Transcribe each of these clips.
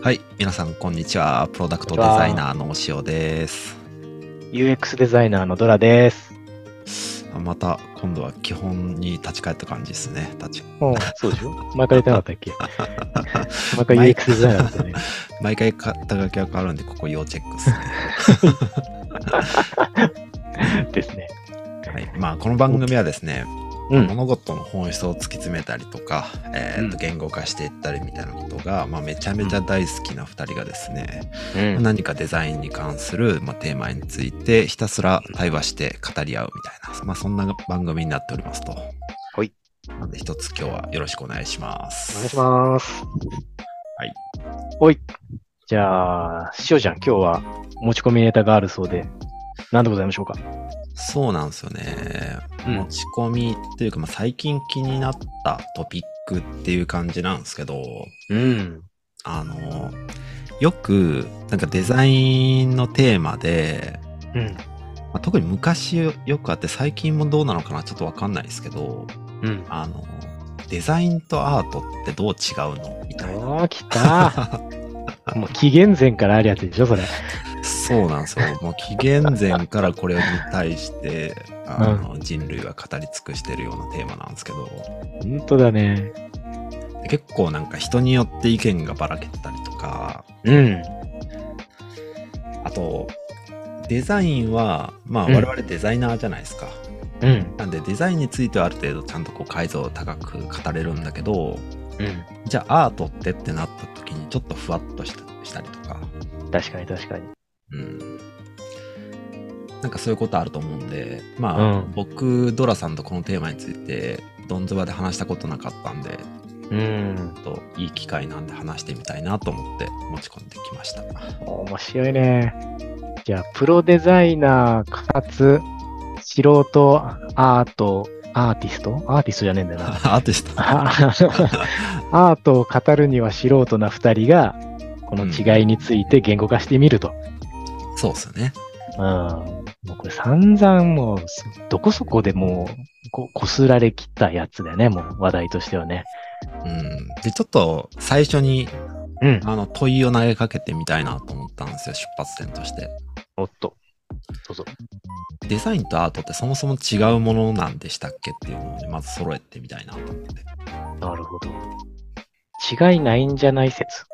はい、皆さんこんにちは。プロダクトデザイナーのお塩です。 UX デザイナーのドラです。 また今度は基本に立ち返った感じですね。 そうでしょ。前から言ってなかったっけ。毎回 UX デザイナーだったね。 毎回肩書きが変わるんで、ここ要チェックですね。 ですね。 はい、まあこの番組はですね、 うん、 物事の本質を突き詰めたりとか、言語化していったりみたいなことが、めちゃめちゃ大好きな2人がですね、何かデザインに関する、テーマについてひたすら対話して語り合うみたいな、そんな番組になっておりますと。 はい。 なので一つ今日はよろしくお願いします。 お願いします。 はい。 おい。じゃあ、しおちゃん、今日は持ち込みネタがあるそうで、何でございましょうか。 そうなんですよね。持ち込みというか、最近気になったトピックっていう感じなんですけど、よくなんかデザインのテーマで、特に昔よくあって最近もどうなのかなちょっとわかんないですけど、デザインとアートってどう違うのみたいな。 来たもう紀元前からあるやつでしょそれ。 そうなんですよ。もう紀元前からこれに対して人類は語り尽くしてるようなテーマなんですけど。 本当だね。 結構なんか人によって意見がばらけてたりとか。あと、デザインは、我々デザイナーじゃないですか。なんでデザインについてはある程度ちゃんと解像度高く語れるんだけど、じゃあアートってなった時にちょっとふわっとしたりとか。 確かに確かに。 なんかそういうことあると思うんで、僕、ドラさんとこのテーマについて、ドンズバで話したことなかったんで、いい機会なんで話してみたいなと思って持ち込んできました。 面白いね。じゃあ、プロデザイナーかつ、素人アーティストじゃねえんだよな。 アーティスト。 アートを語るには素人な二人が、この違いについて言語化してみると。 そうっすよね。 もうこれ散々もう、どこそこでもう、こすられきったやつだよね、もう話題としてはね。 で、ちょっと最初に、問いを投げかけてみたいなと思ったんですよ、出発点として。 おっと。どうぞ。 デザインとアートってそもそも違うものなんでしたっけっていうのをね、まず揃えてみたいなと思って。 なるほど。違いないんじゃない説。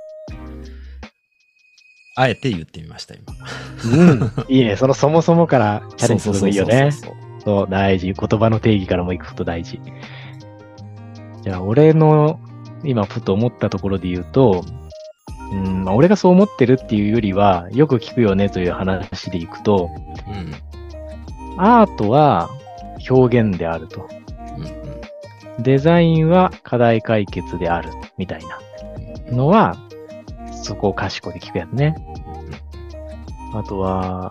あえて言ってみました、今。 いいね。そもそもからチャレンジするのがいいよね。そう、大事。言葉の定義からもいくこと大事。じゃあ、俺の今、ふと思ったところで言うと、俺がそう思ってるっていうよりは、よく聞くよねという話でいくと、アートは表現であると。デザインは課題解決である、みたいなのは、そこを賢いで聞くやつね。あとは、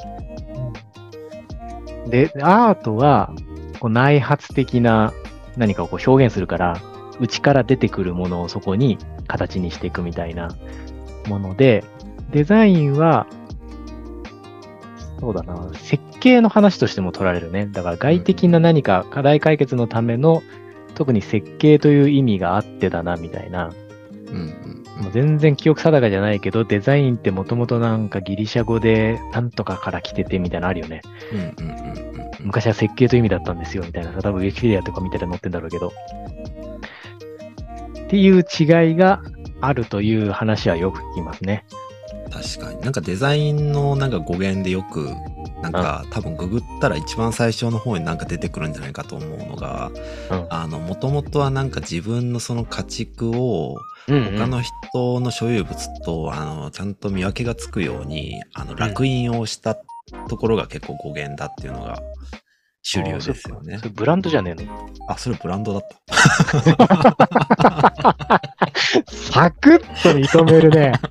で、アートは、内発的な何かを表現するから、内から出てくるものをそこに形にしていくみたいなもので、デザインは、そうだな、設計の話としても取られるね。だから外的な何か課題解決のための、特に設計という意味があってだな、みたいな。もう全然記憶定かじゃないけど、デザインってもともとなんかギリシャ語でなんとかから来ててみたいなのあるよね。昔は設計という意味だったんですよみたいなさ、多分ウィキペディアとか見たら載ってんだろうけど。っていう違いがあるという話はよく聞きますね。 確かに。なんかデザインのなんか語源でよく、なんか多分ググったら一番最初の方になんか出てくるんじゃないかと思うのが、もともとはなんか自分のその家畜を他の人の所有物とちゃんと見分けがつくように烙印をしたところが結構語源だっていうのが主流ですよね。 それブランドじゃねえの？ それブランドだった。 サクッと認めるね。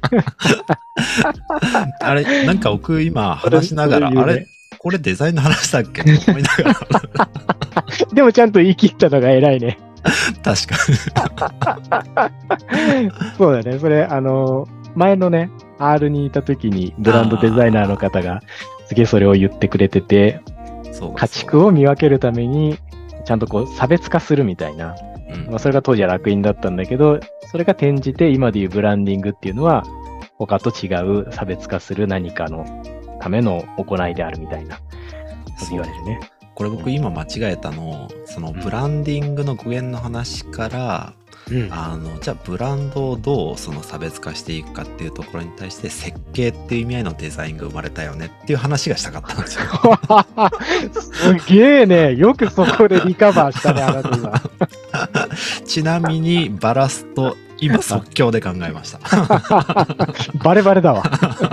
あれ、なんか僕今話しながら、あれこれデザインの話だっけって思いながら。 でもちゃんと言い切ったのが偉いね。 確かに。そうだね。それ、前のね、R にいた時にブランドデザイナーの方がすげえそれを言ってくれてて、家畜を見分けるためにちゃんとこう差別化するみたいなまあ、それが当時は楽印だったんだけど、それが転じて今でいうブランディングっていうのは、他と違う差別化する何かのための行いであるみたいなこと言われるね。 これ僕今間違えたの、そのブランディングの語源の話から、じゃあブランドをどうその差別化していくかっていうところに対して設計っていう意味合いのデザインが生まれたよねっていう話がしたかったんですよ。 すげえね。よくそこでリカバーしたね、あなた今。 ちなみにバラすと今即興で考えました。 バレバレだわ。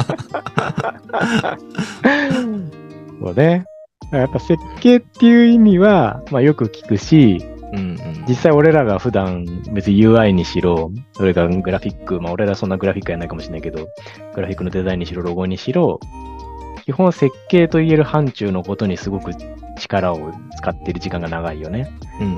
そうね。やっぱ設計っていう意味は、まあ、よく聞くし、実際俺らが普段別に UI にしろ、それがグラフィック、まあ俺らそんなグラフィックやないかもしれないけど、グラフィックのデザインにしろ、ロゴにしろ、基本設計と言える範疇のことにすごく力を使っている時間が長いよね。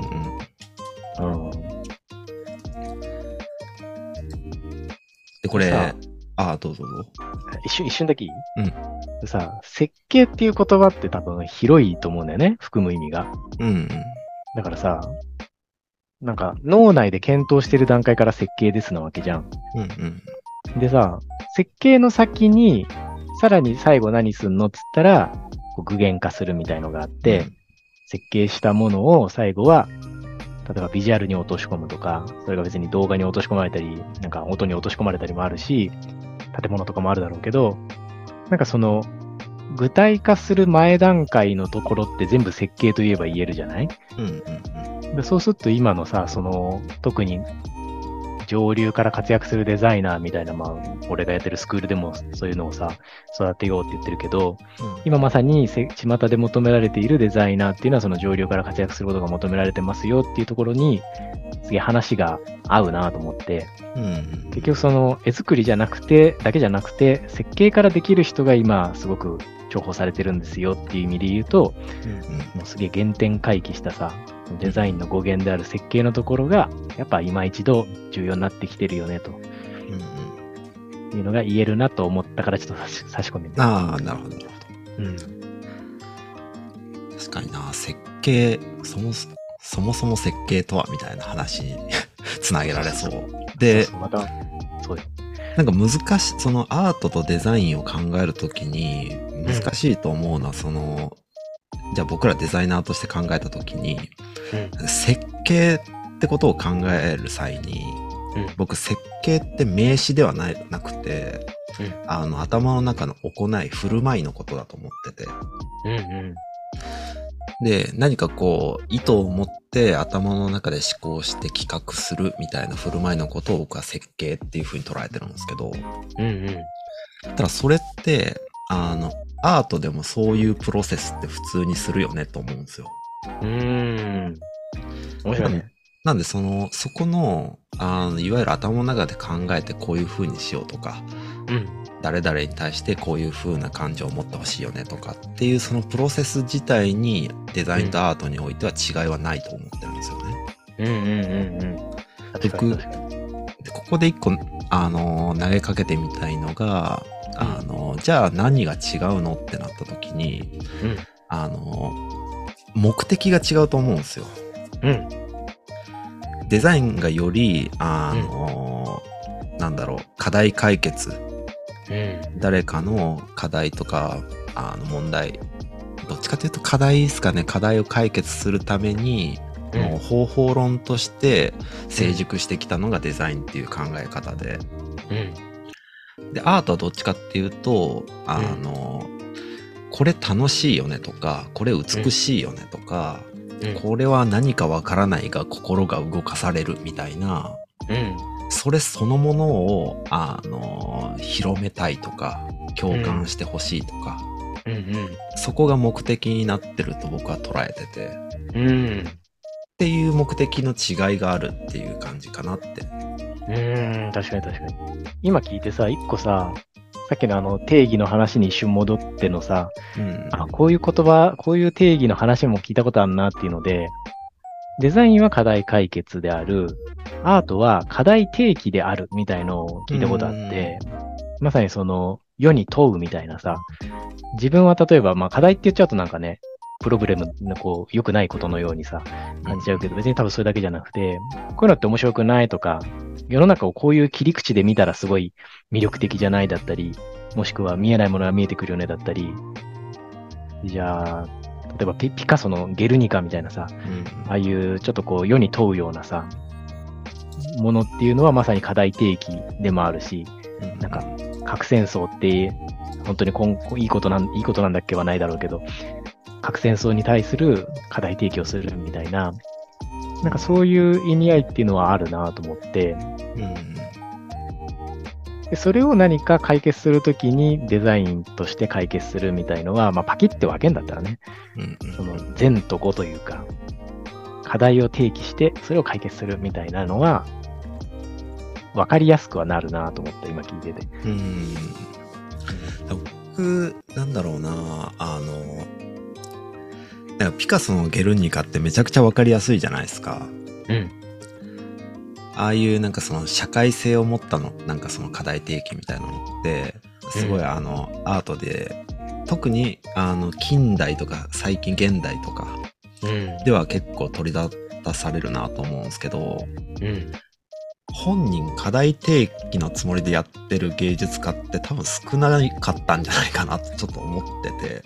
で、これ、どうぞどうぞ。 一瞬だけいい？さ、設計っていう言葉って多分広いと思うんだよね、含む意味が。だからさ、なんか脳内で検討してる段階から設計ですなわけじゃん。でさ、設計の先に、さらに最後何すんのっつったら、具現化するみたいのがあって、設計したものを最後は、例えばビジュアルに落とし込むとか、それが別に動画に落とし込まれたり、なんか音に落とし込まれたりもあるし、建物とかもあるだろうけど、なんかその、具体化する前段階のところって全部設計といえば言えるじゃない？でそうすると今のさ、その、特に上流から活躍するデザイナーみたいな、まあ、俺がやってるスクールでもそういうのをさ、育てようって言ってるけど、今まさに巷で求められているデザイナーっていうのはその上流から活躍することが求められてますよっていうところに、すげえ話が合うなと思って、結局その絵作りじゃなくて、だけじゃなくて、設計からできる人が今すごく重宝されてるんですよっていう意味で言うと、もうすげえ原点回帰したさ、デザインの語源である設計のところが、やっぱ今一度重要になってきてるよね、というのが言えるなと思ったから、ちょっと差し込んでみた。 なるほど、なるほど。確かにな、設計、そもそも設計とはみたいな話につなげられそう。で、なんか難しい、そのアートとデザインを考えるときに難しいと思うのは、その、じゃあ僕らデザイナーとして考えたときに、設計ってことを考える際に、僕設計って名詞ではなくて、頭の中の行い、振る舞いのことだと思ってて。で、何かこう、意図を持って頭の中で思考して企画するみたいな振る舞いのことを僕は設計っていう風に捉えてるんですけど、ただそれって、アートでもそういうプロセスって普通にするよねと思うんですよ。面白いね。なんでそこの、いわゆる頭の中で考えてこういう風にしようとか、誰々に対してこういう風な感情を持ってほしいよねとかっていうそのプロセス自体にデザインとアートにおいては違いはないと思ってるんですよね。僕、ここで一個、投げかけてみたいのが、じゃあ何が違うのってなった時に、目的が違うと思うんですよ。デザインがより、なんだろう、課題解決。誰かの課題とか、問題。どっちかというと課題ですかね。課題を解決するために、もう方法論として成熟してきたのがデザインっていう考え方で。で、アートはどっちかっていうと、これ楽しいよねとか、これ美しいよねとか、これは何かわからないが心が動かされるみたいな、それそのものを、広めたいとか、共感してほしいとか、そこが目的になってると僕は捉えてて、っていう目的の違いがあるっていう感じかなって。 確かに。今聞いてさ、一個さ、さっきの定義の話に一瞬戻ってのさ、こういう言葉、こういう定義の話も聞いたことあるなっていうので、デザインは課題解決である、アートは課題提起であるみたいのを聞いたことあって、まさにその世に問うみたいなさ、自分は例えば、まあ課題って言っちゃうとなんかね、 プロブレムのこう良くないことのようにさ、感じちゃうけど、別に多分それだけじゃなくて、こういうのって面白くないとか、世の中をこういう切り口で見たらすごい魅力的じゃないだったり、もしくは見えないものが見えてくるよねだったり、じゃあ、例えばピカソのゲルニカみたいなさ、ああいうちょっとこう世に問うようなさ、ものっていうのはまさに課題提起でもあるし、なんか核戦争って本当にいいことなんだっけはないだろうけど、核戦争に対する課題提起をするみたいな、なんかそういう意味合いっていうのはあるなと思って、でそれを何か解決するときにデザインとして解決するみたいのは、まあ、パキって分けんだったらね、その善と誤というか、課題を提起してそれを解決するみたいなのは分かりやすくはなるなと思って今聞いてて。 僕なんだろうな、なんかピカソのゲルニカってめちゃくちゃ分かりやすいじゃないですか。ああいうなんかその社会性を持ったの、なんかその課題提起みたいなのってすごいアートで、特に近代とか最近現代とかでは結構取り出されるなと思うんですけど、本人課題提起のつもりでやってる芸術家って多分少なかったんじゃないかなとちょっと思ってて、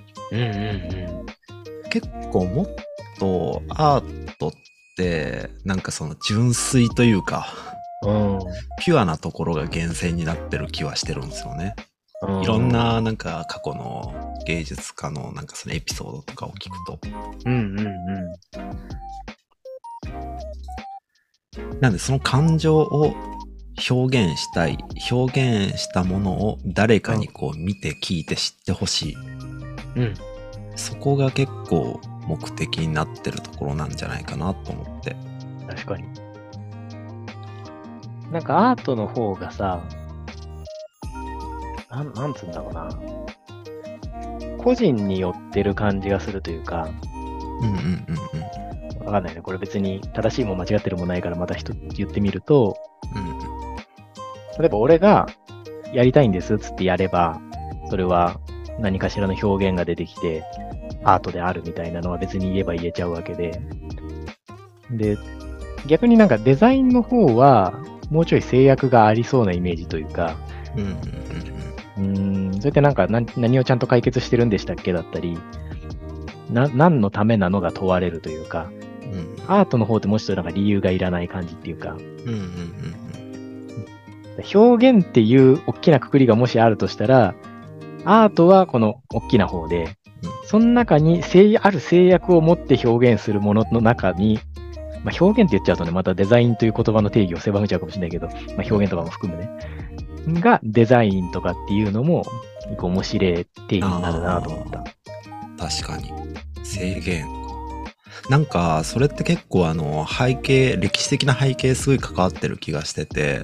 結構もっとアートってなんかその純粋というか、ピュアなところが源泉になってる気はしてるんですよね。いろんななんか過去の芸術家のなんかそのエピソードとかを聞くと、なんでその感情を表現したい、表現したものを誰かにこう見て聞いて知ってほしい。そこが結構目的になってるところなんじゃないかなと思って。 確かに。なんかアートの方がさ、なんつうんだろうな。個人によってる感じがするというか、わかんないね。これ別に正しいも間違ってるもないからまた一つ言ってみると、例えば俺がやりたいんですっつってやれば、それは何かしらの表現が出てきて、アートであるみたいなのは別に言えば言えちゃうわけで。で、逆になんかデザインの方は、もうちょい制約がありそうなイメージというか、それってなんか何をちゃんと解決してるんでしたっけだったり、何のためなのが問われるというか、アートの方ってもうちょっとなんか理由がいらない感じっていうか、表現っていう大きな括りがもしあるとしたら、アートはこの大きな方で、その中にある制約を持って表現するものの中に、まあ、表現って言っちゃうとね、またデザインという言葉の定義を狭めちゃうかもしれないけど、まあ、表現とかも含むね。がデザインとかっていうのも、面白い定義になるなと思った。 確かに。制限。なんか、それって結構歴史的な背景すごい関わってる気がしてて、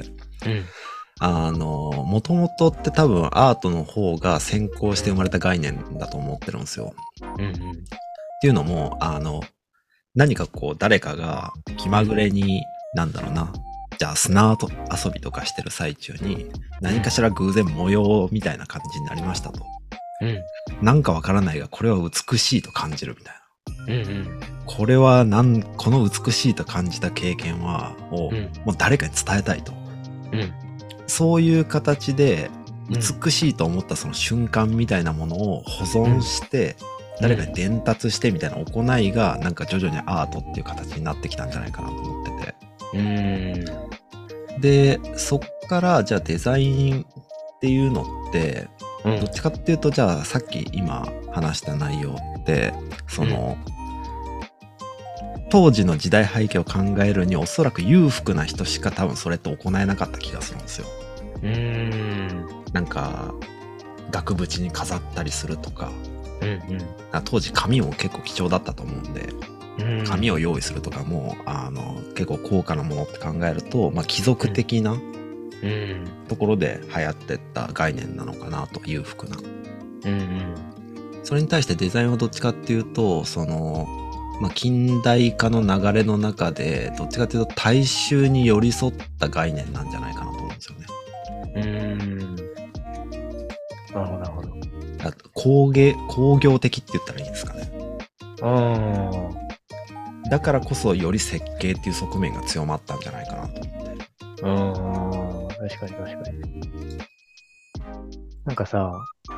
もともとって多分アートの方が先行して生まれた概念だと思ってるんですよ。っていうのも、何かこう誰かが気まぐれに、なんだろうな、じゃあ砂遊びとかしてる最中に何かしら偶然模様みたいな感じになりましたと。なんかわからないがこれは美しいと感じるみたいな。これはこの美しいと感じた経験をもう誰かに伝えたいと。そういう形で美しいと思ったその瞬間みたいなものを保存して、誰かに伝達してみたいな行いがなんか徐々にアートっていう形になってきたんじゃないかなと思ってて。で、そっからじゃあデザインっていうのって、どっちかっていうとじゃあさっき今話した内容ってその、当時の時代背景を考えるにおそらく裕福な人しか多分それって行えなかった気がするんですよ。なんか額縁に飾ったりするとか、当時紙も結構貴重だったと思うんで、紙を用意するとかも結構高価なものって考えると、まあ、貴族的なところで流行ってった概念なのかなと、裕福な。それに対してデザインはどっちかっていうとその、まあ、近代化の流れの中でどっちかっていうと大衆に寄り添った概念なんじゃないかなと思うんですよね。 なるほど。 工業的って言ったらいいんですかね。 だからこそより設計っていう側面が強まったんじゃないかなと思って。 確かに確かに。なんかさ、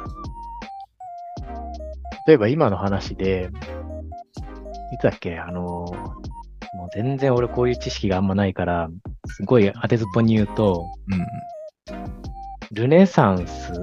例えば今の話で、いつだっけ、もう全然俺こういう知識があんまないから、すごい当てずっぽに言うと、ルネサンス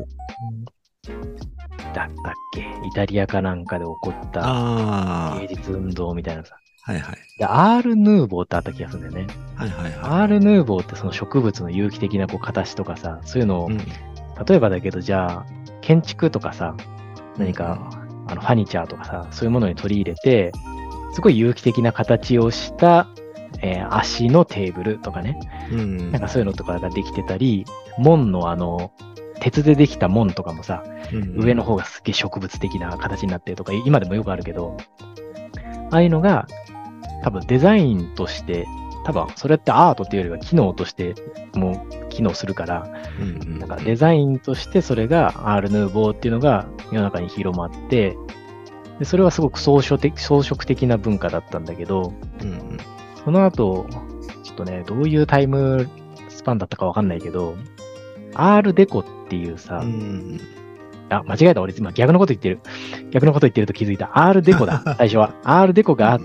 だったっけ、イタリアかなんかで起こった芸術運動みたいなさ。 はいはい。 で、アール・ヌーボーってあった気がするんだよね。 はいはいはい。 アール・ヌーボーってその植物の有機的なこう形とかさ、そういうのを、例えばだけど、じゃあ、建築とかさ、何か、ファニチャーとかさ、そういうものに取り入れて、すごい有機的な形をした、足のテーブルとかね、なんかそういうのとかができてたり、門の鉄でできた門とかもさ、上の方がすっげえ植物的な形になってるとか、今でもよくあるけど、ああいうのが、多分デザインとして、多分それってアートっていうよりは機能としてもう機能するから、なんかデザインとしてそれがアール・ヌーボーっていうのが世の中に広まって、でそれはすごく装飾的な文化だったんだけど、その後、ちょっとね、どういうタイムスパンだったかわかんないけど、アールデコっていうさ、間違えた、俺今逆のこと言ってる。逆のこと言ってると気づいた。アールデコだ、最初は。アールデコがあって、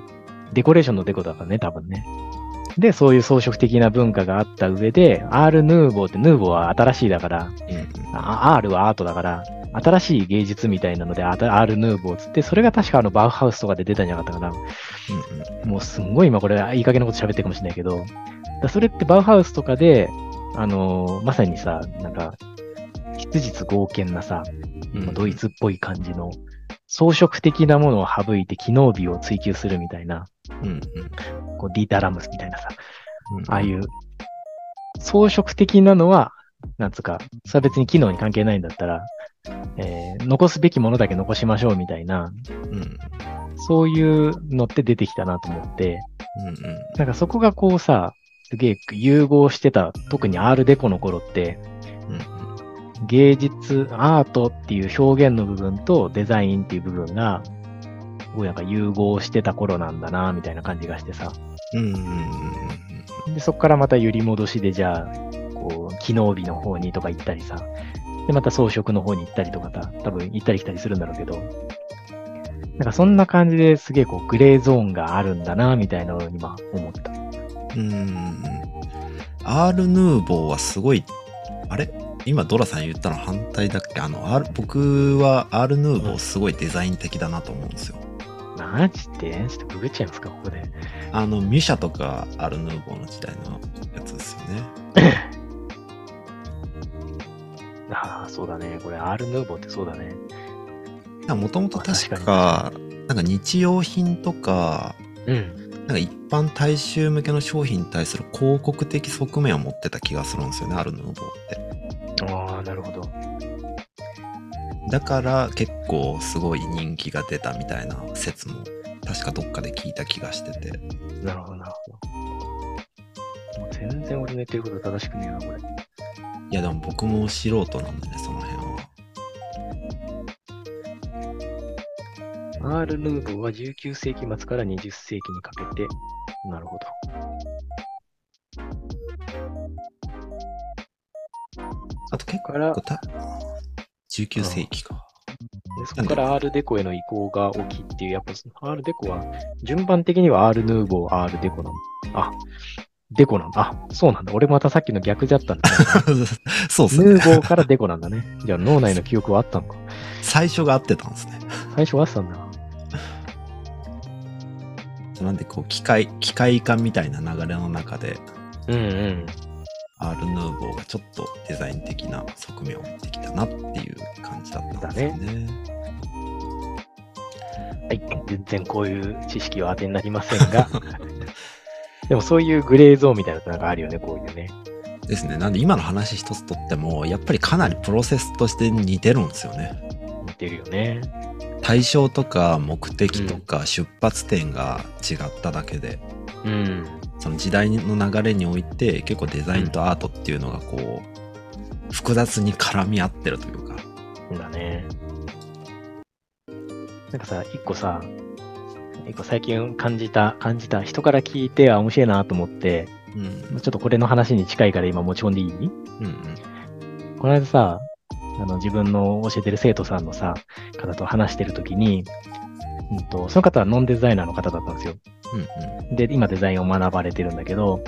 デコレーションのデコだからね、多分ね。で、そういう装飾的な文化があった上で、アール・ヌーボーって、ヌーボーは新しいだから、アールはアートだから、新しい芸術みたいなので、アール・ヌーボーつって、それが確かバウハウスとかで出たんじゃなかったかな。もうすんごい今これ、いい加減なこと喋ってるかもしれないけど、それってバウハウスとかで、まさにさ、なんか、質実剛健なさ、ドイツっぽい感じの、装飾的なものを省いて機能美を追求するみたいな、こうディータ・ラムスみたいなさ、ああいう装飾的なのは、なんつうか、それは別に機能に関係ないんだったら、残すべきものだけ残しましょうみたいな、そういうのって出てきたなと思って、なんかそこがこうさ、すげえ融合してた、特にアールデコの頃って、芸術、アートっていう表現の部分とデザインっていう部分が、すごいなんか融合してた頃なんだな、みたいな感じがしてさ。で、そこからまた揺り戻しで、じゃあ、こう、機能美の方にとか行ったりさ。で、また装飾の方に行ったりとかさ、多分行ったり来たりするんだろうけど、なんかそんな感じですげえこう、グレーゾーンがあるんだな、みたいなのを今思った。 アール・ヌーボーはすごい、あれ今ドラさん言ったの反対だっけ？僕はアール・ヌーボーすごいデザイン的だなと思うんですよ。 マジでちょっとググっちゃいますか、ここで。 ミュシャとかアール・ヌーボーの時代のやつですよね。 ああ、そうだね。これアール・ヌーボーってそうだね。 もともと確か、なんか日用品とか、なんか一般大衆向けの商品に対する広告的側面を持ってた気がするんですよね、アール・ヌーボーって。 ああ、なるほど。 だから結構すごい人気が出たみたいな説も確かどっかで聞いた気がしてて。 なるほど、なるほど。もう全然俺の言ってること正しくねえな、これ。 いやでも僕も素人なんでね、その辺は。 アール・ヌーボーは19世紀末から20世紀にかけて、なるほど。 あと結構19世紀か。 でそこからアールデコへの移行が起きっていう、やっぱアールデコは、順番的にはアール・ヌーボー、アール・デコなの。デコなんだ。そうなんだ。俺またさっきの逆だったんだ、ね。 そうっすね。 ヌーボーからデコなんだね。じゃあ脳内の記憶はあったのか。 最初が合ってたんですね。 最初はあったんだ。 なんでこう機械化みたいな流れの中で、アール・ヌーボーがちょっとデザイン的な側面を持ってきたなっていう感じだったんですよね。 はい、全然こういう知識は当てになりませんが、でもそういうグレーゾーンみたいなのがあるよね、こういうね。 ですね。なんで今の話一つとっても、やっぱりかなりプロセスとして似てるんですよね。 似てるよね。 対象とか目的とか出発点が違っただけで、その時代の流れにおいて結構デザインとアートっていうのがこう複雑に絡み合ってるというか。 だね。なんかさ、一個さ、 結構最近感じた、人から聞いて、面白いなと思って、ちょっとこれの話に近いから今持ち込んでいい？この間さ、自分の教えてる生徒さんのさ、方と話してるときに、その方はノンデザイナーの方だったんですよ。で、今デザインを学ばれてるんだけど、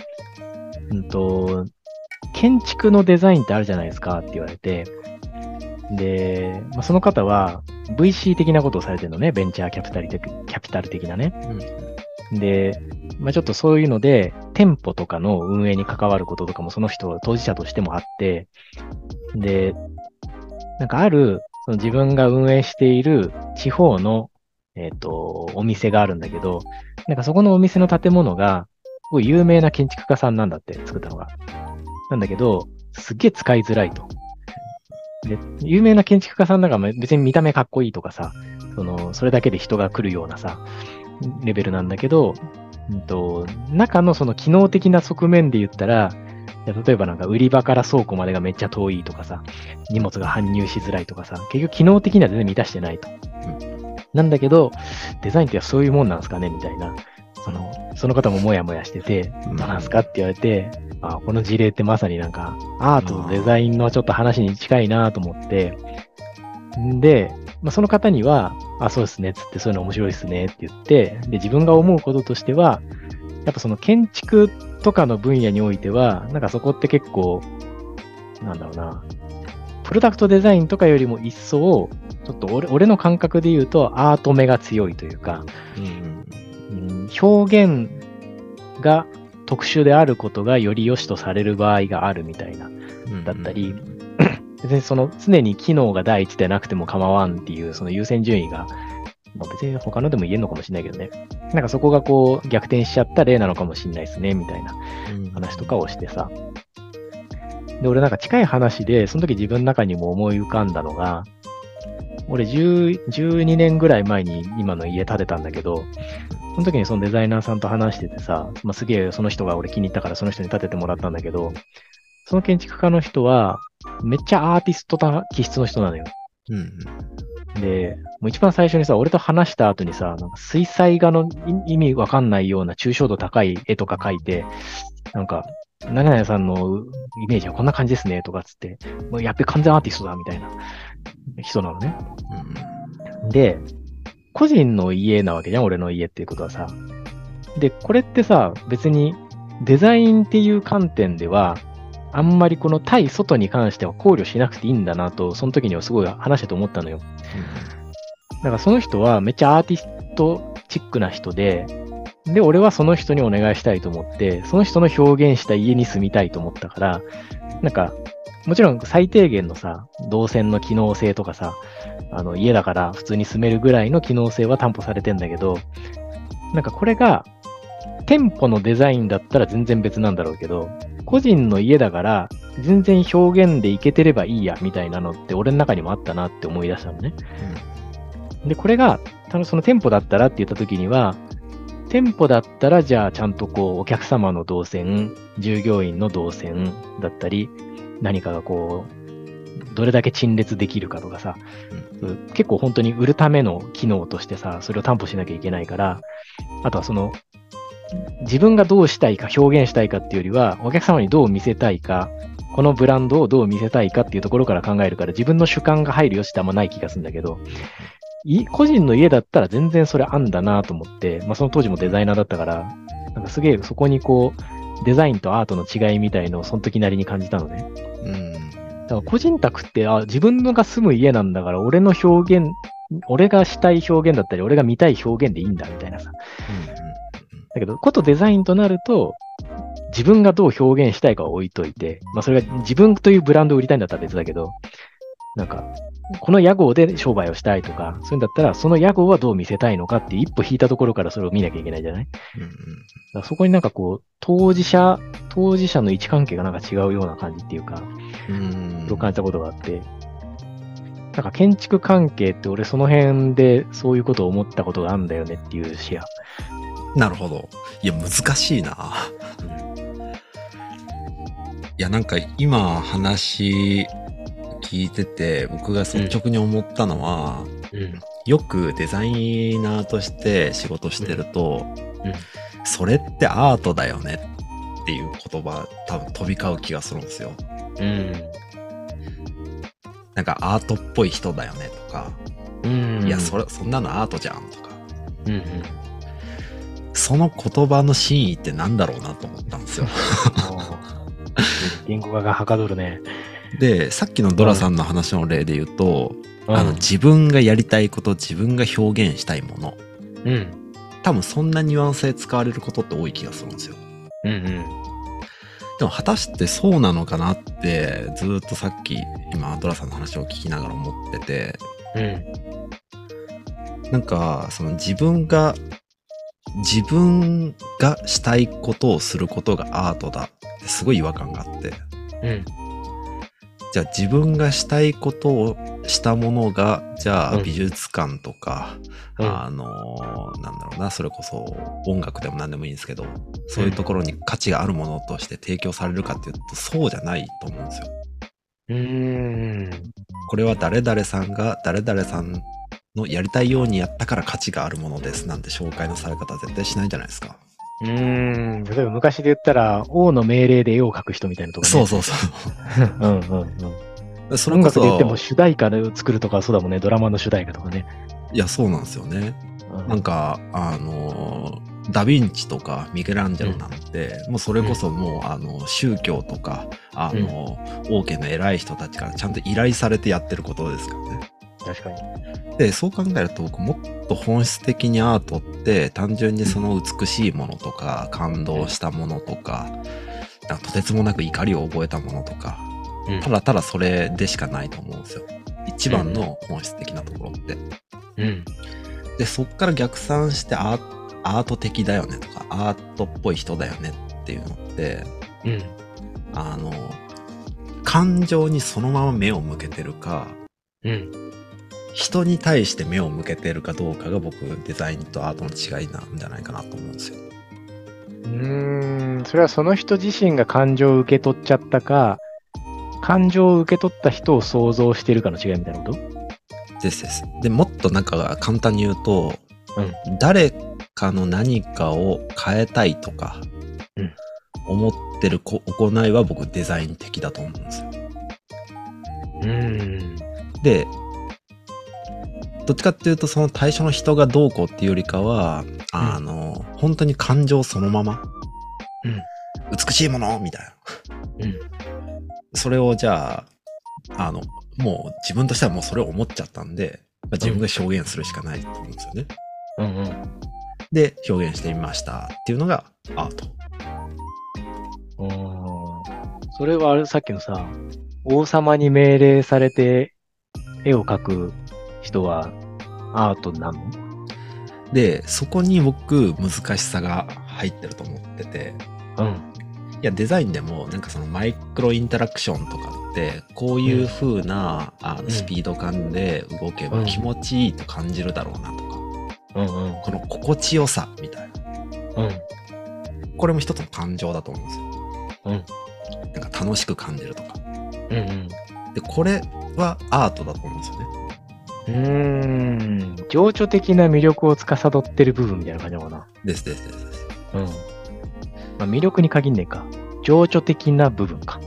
建築のデザインってあるじゃないですかって言われて、で、その方は VC 的なことをされてるのね、ベンチャーキャピタル的なね。で、ちょっとそういうので、店舗とかの運営に関わることとかもその人は当事者としてもあって、で、なんかその自分が運営している地方の、お店があるんだけど、なんかそこのお店の建物が、すごい有名な建築家さんなんだって、作ったのが。なんだけど、すっげえ使いづらいと。で、有名な建築家さんだから別に見た目かっこいいとかさ、それだけで人が来るようなさ、レベルなんだけど、中のその機能的な側面で言ったら、例えばなんか売り場から倉庫までがめっちゃ遠いとかさ、荷物が搬入しづらいとかさ、結局機能的には全然満たしてないと。なんだけど、デザインってそういうもんなんすかねみたいな。その方ももやもやしてて、どうなんすかって言われて、この事例ってまさになんか、アートとデザインのちょっと話に近いなと思って、で、その方には、そうですね、つってそういうの面白いですねって言って、で、自分が思うこととしては、やっぱその建築とかの分野においては、なんかそこって結構、なんだろうな、プロダクトデザインとかよりも一層、ちょっと俺の感覚で言うとアート目が強いというか、表現が特殊であることがより良しとされる場合があるみたいな、だったり、別に常に機能が第一でなくても構わんっていうその優先順位が、別に他のでも言えるのかもしれないけどね。なんかそこがこう逆転しちゃった例なのかもしれないですね、みたいな話とかをしてさ。で、俺なんか近い話で、その時自分の中にも思い浮かんだのが、俺12年ぐらい前に今の家建てたんだけど、その時にそのデザイナーさんと話しててさ、すげえその人が俺気に入ったからその人に建ててもらったんだけど、その建築家の人はめっちゃアーティスト気質の人なのよ。で、もう一番最初にさ、俺と話した後にさ、なんか水彩画の意味わかんないような抽象度高い絵とか描いて、なんか、何々さんのイメージはこんな感じですね、とかつって、もうやっぱり完全アーティストだ、みたいな人なのね。で、個人の家なわけじゃん、俺の家っていうことはさ。で、これってさ、別にデザインっていう観点では、あんまりこの対外に関しては考慮しなくていいんだなと、その時にはすごい話してて思ったのよ。だからその人はめっちゃアーティストチックな人で、俺はその人にお願いしたいと思って、その人の表現した家に住みたいと思ったから、なんか、もちろん最低限のさ、動線の機能性とかさ、家だから普通に住めるぐらいの機能性は担保されてんだけど、なんかこれが、店舗のデザインだったら全然別なんだろうけど、個人の家だから全然表現でいけてればいいやみたいなのって俺の中にもあったなって思い出したのね。で、これが、その店舗だったらって言った時には、店舗だったらじゃあちゃんとこうお客様の動線、従業員の動線だったり、何かがこう、どれだけ陳列できるかとかさ、結構本当に売るための機能としてさ、それを担保しなきゃいけないから、あとは自分がどうしたいか、表現したいかっていうよりは、お客様にどう見せたいか、このブランドをどう見せたいかっていうところから考えるから、自分の主観が入るよしってあんまない気がするんだけど、個人の家だったら全然それあんだなと思って、その当時もデザイナーだったから、なんかすげえそこにこう、デザインとアートの違いみたいのをその時なりに感じたのね。だから個人宅って、自分のが住む家なんだから、俺の表現、俺がしたい表現だったり、俺が見たい表現でいいんだみたいなさ。だけど、ことデザインとなると、自分がどう表現したいかを置いといて、それが自分というブランドを売りたいんだったら別だけど、なんか、この屋号で商売をしたいとか、そういうんだったら、その屋号はどう見せたいのかって一歩引いたところからそれを見なきゃいけないじゃない？だからそこになんかこう、当事者の位置関係がなんか違うような感じっていうか、そう感じたことがあって、なんか建築関係って俺その辺でそういうことを思ったことがあるんだよねっていうシェア。 なるほど。いや、難しいな。いや、なんか今話聞いてて、僕が率直に思ったのは、 よくデザイナーとして仕事してると、それってアートだよねっていう言葉多分飛び交う気がするんですよ。なんかアートっぽい人だよねとか、いやそんなのアートじゃんとか、その言葉の真意ってなんだろうなと思ったんですよ。 言語化がはかどるね。 で、さっきのドラさんの話の例で言うと、自分がやりたいこと、自分が表現したいもの、多分そんなニュアンスで使われることって多い気がするんですよ。でも果たしてそうなのかなってずっとさっき今ドラさんの話を聞きながら思ってて、なんかその自分がしたいことをすることがアートだってすごい違和感があって、じゃあ自分がしたいことをしたものがじゃあ美術館とか、なんだろうな、それこそ音楽でも何でもいいんですけど、そういうところに価値があるものとして提供されるかっていうとそうじゃないと思うんですよ。これは誰々さんが誰々さんのやりたいようにやったから価値があるものですなんて紹介のされ方は絶対しないじゃないですか。 例えば昔で言ったら王の命令で絵を描く人みたいなとかね。 そう。それこそ音楽で言っても主題歌を作るとかそうだもんね。ドラマの主題歌とかね。 いやそうなんですよね。なんかダヴィンチとかミケランジェロなんて、もうそれこそもう宗教とか王家の偉い人たちからちゃんと依頼されてやってることですからね。 確かに。 でそう考えるともっと本質的にアートって単純にその美しいものとか感動したものとか、とてつもなく怒りを覚えたものとか、ただただそれでしかないと思うんですよ。一番の本質的なところって。でそっから逆算してアート的だよねとかアートっぽい人だよねっていうのって、感情にそのまま目を向けてるか、人に対して目を向けてるかどうかが僕デザインとアートの違いなんじゃないかなと思うんですよ。 それはその人自身が感情を受け取っちゃったか、感情を受け取った人を想像してるかの違いみたいなことです。でもっとなんか簡単に言うと、誰かの何かを変えたいとか、思ってる行いは僕デザイン的だと思うんですよ。でどっちかっていうとその対象の人がどうこうっていうよりかは本当に感情そのまま、美しいものみたいな、それをじゃあもう自分としてはもうそれを思っちゃったんで、自分が表現するしかないと思うんですよね。で表現してみましたっていうのがアート。 それはさっきのさ、王様に命令されて絵を描く人はアートなの？ でそこに僕難しさが入ってると思ってて、いやデザインでもなんかそのマイクロインタラクションとかってこういう風なスピード感で動けば気持ちいいと感じるだろうなとか、この心地よさみたいな、これも一つの感情だと思うんですよ。なんか楽しく感じるとか、でこれはアートだと思うんですよね。 情緒的な魅力を司ってる部分みたいな感じなのかな。 です。 魅力に限んねえか。情緒的な部分か。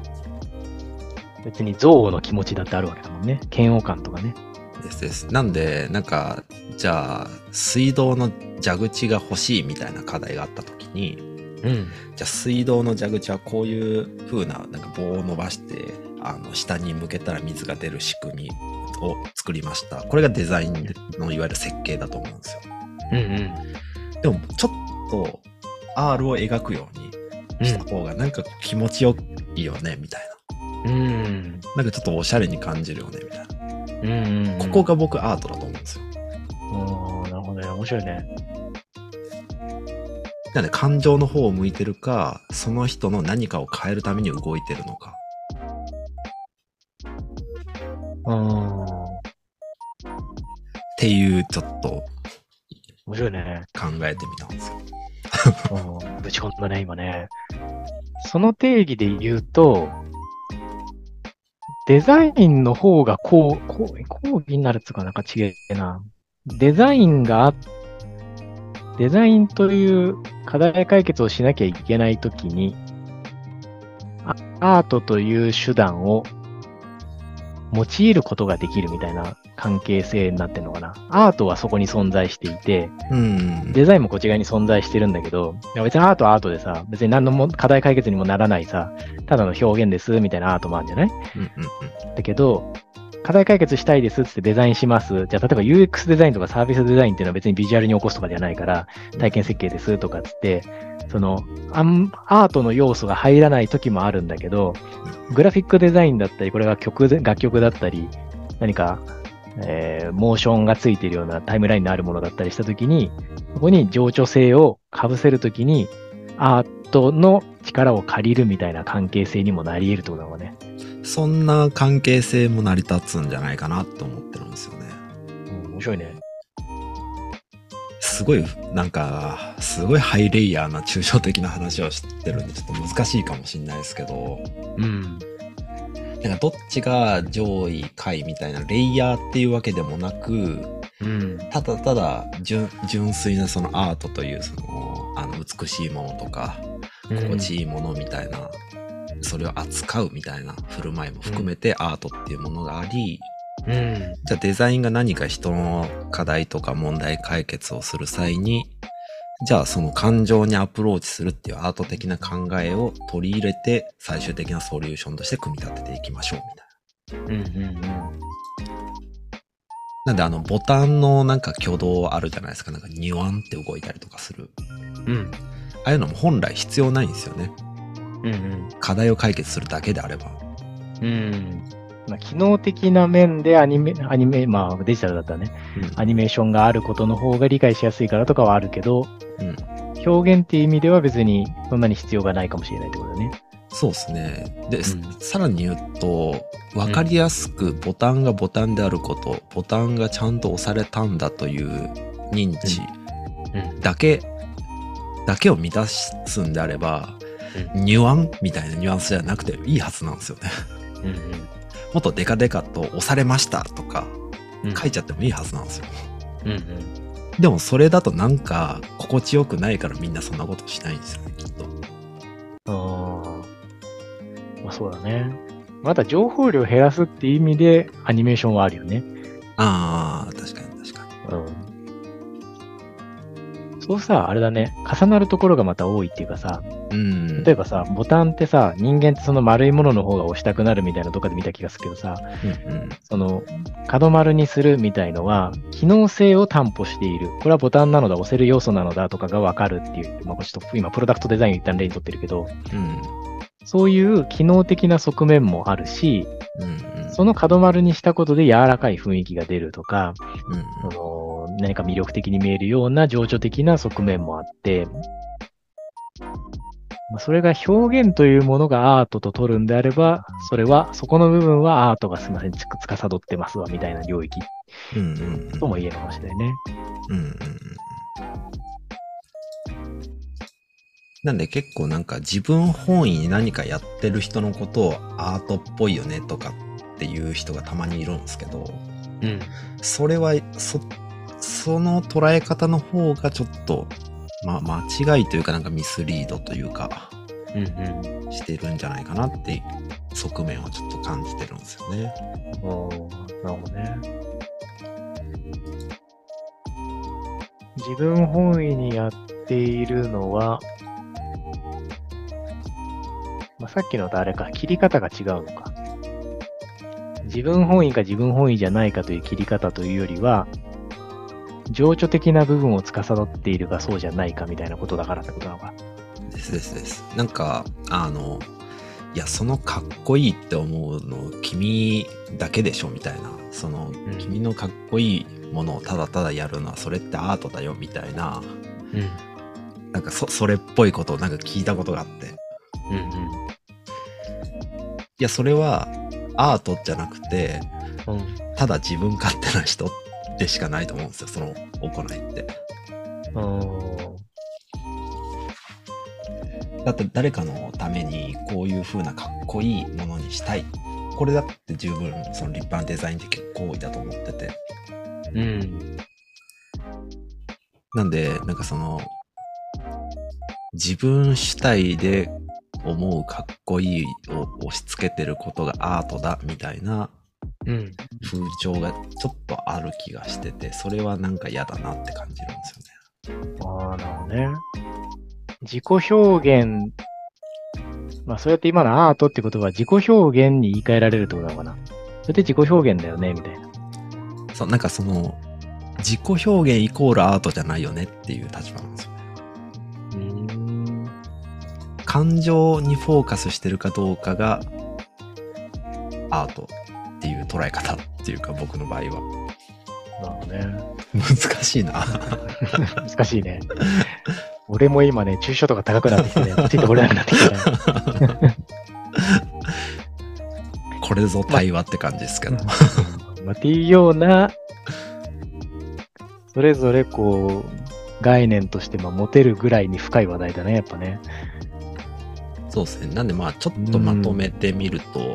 別に憎悪の気持ちだってあるわけだもんね。嫌悪感とかね。 です。なんでなんかじゃあ水道の蛇口が欲しいみたいな課題があった時に、じゃあ水道の蛇口はこういう風ななんか棒を伸ばして下に向けたら水が出る仕組みを作りました。これがデザインのいわゆる設計だと思うんですよ。でもちょっと R を描くようにした方がなんか気持ちよいよねみたいな。なんかちょっとおしゃれに感じるよねみたいな。ここが僕アートだと思うんですよ。 なるほどね。面白いね。 なんで感情の方を向いてるか、その人の何かを変えるために動いてるのか。っていうちょっと面白いね。 考えてみたんですよ。 ぶち込んだね今ね。その定義で言うと、 デザインの方が講義になるっていうかなんか違えな。デザインという課題解決をしなきゃいけないときに、アートという手段を用いることができるみたいな関係性になってるのかな。アートはそこに存在していて、デザインもこっち側に存在してるんだけど、別にアートはアートでさ、別に何の課題解決にもならないさ、ただの表現ですみたいなアートもあるんじゃない？だけど、課題解決したいですってデザインします。じゃあ例えば UX デザインとかサービスデザインっていうのは別にビジュアルに起こすとかじゃないから、体験設計ですとかっつって、アートの要素が入らない時もあるんだけど、グラフィックデザインだったり、これが楽曲だったり、何か、モーションがついているようなタイムラインのあるものだったりした時に、そこに情緒性を被せる時に、アートの力を借りるみたいな関係性にもなり得るってことだもんね。 そんな関係性も成り立つんじゃないかなと思ってるんですよね。 面白いね。 すごいハイレイヤーな抽象的な話をしてるんで、ちょっと難しいかもしれないですけど、なんかどっちが上位下位みたいなレイヤーっていうわけでもなく、ただただ純粋なそのアートというその美しいものとか心地いいものみたいな、それを扱うみたいな振る舞いも含めてアートっていうものがあり、じゃあデザインが何か人の課題とか問題解決をする際に、じゃあその感情にアプローチするっていうアート的な考えを取り入れて最終的なソリューションとして組み立てていきましょうみたいな。なんでボタンのなんか挙動あるじゃないですか。なんかニュアンって動いたりとかする。ああいうのも本来必要ないんですよね。課題を解決するだけであれば。 機能的な面でアニメ、デジタルだったらね、アニメーションがあることの方が理解しやすいからとかはあるけど、表現っていう意味では別にそんなに必要がないかもしれないってことだね。 そうですね。で、さらに言うと、わかりやすくボタンがボタンであること、ボタンがちゃんと押されたんだという認知だけを満たすんであれば、ニュアンみたいなニュアンスじゃなくていいはずなんですよね。もっとデカデカと押されましたとか書いちゃってもいいはずなんですよ。でもそれだとなんか心地よくないからみんなそんなことしないんですよね、きっと。 そうだね。また情報量減らすっていう意味でアニメーションはあるよね。 確かに。 そうさ、あれだね、重なるところがまた多いっていうかさ、例えばさ、ボタンってさ、人間ってその丸いものの方が押したくなるみたいなとかで見た気がするけどさ、その角丸にするみたいのは、機能性を担保している。これはボタンなのだ、押せる要素なのだとかがわかるっていう、ちょっと今プロダクトデザインを一旦例にとってるけど、そういう機能的な側面もあるし、その角丸にしたことで柔らかい雰囲気が出るとか、何か魅力的に見えるような情緒的な側面もあって、それが表現というものがアートと取るんであれば、そこの部分はアートが司ってますわみたいな領域とも言えるかもしれないね。 なんで結構なんか自分本位に何かやってる人のことをアートっぽいよねとかっていう人がたまにいるんですけど、それはその捉え方の方がちょっと間違いというかなんかミスリードというかしてるんじゃないかなっていう側面をちょっと感じてるんですよね。 なるほどね。自分本位にやっているのは、さっきのとあれか、切り方が違うのか。自分本位か自分本位じゃないかという切り方というよりは、情緒的な部分を司っているかそうじゃないかみたいなことだからってことなのか。 です。なんか、いや、そのかっこいいって思うの君だけでしょみたいな。君のかっこいいものをただただやるのはそれってアートだよみたいな。なんかそれっぽいことをなんか聞いたことがあって。いや、それはアートじゃなくて、ただ自分勝手な人でしかないと思うんですよ、その行いって。だって誰かのためにこういう風なかっこいいものにしたい。 これだって十分その立派なデザイン的行為だと思ってて。 うん。 なんで、なんかその、自分主体で思うかっこいいを押し付けてることがアートだみたいな風潮がちょっとある気がしてて、それはなんか嫌だなって感じるんですよね。 ああ、なるほどね。自己表現、まあそうやって今のアートってことは自己表現に言い換えられるってことなのかな。それで自己表現だよね、みたいな。 そう、なんかその、自己表現イコールアートじゃないよねっていう立場なんですよね。感情にフォーカスしてるかどうかがアートっていう捉え方っていうか、僕の場合は。 なるほどね。 難しいな。 難しいね。俺も今ね、抽象度が高くなってきてね、ついてこれなくなってきてね。 これぞ対話って感じですけど。 っていうような、それぞれこう、概念として持てるぐらいに深い話題だね、やっぱね。 そうですね。なんでまあちょっとまとめてみると、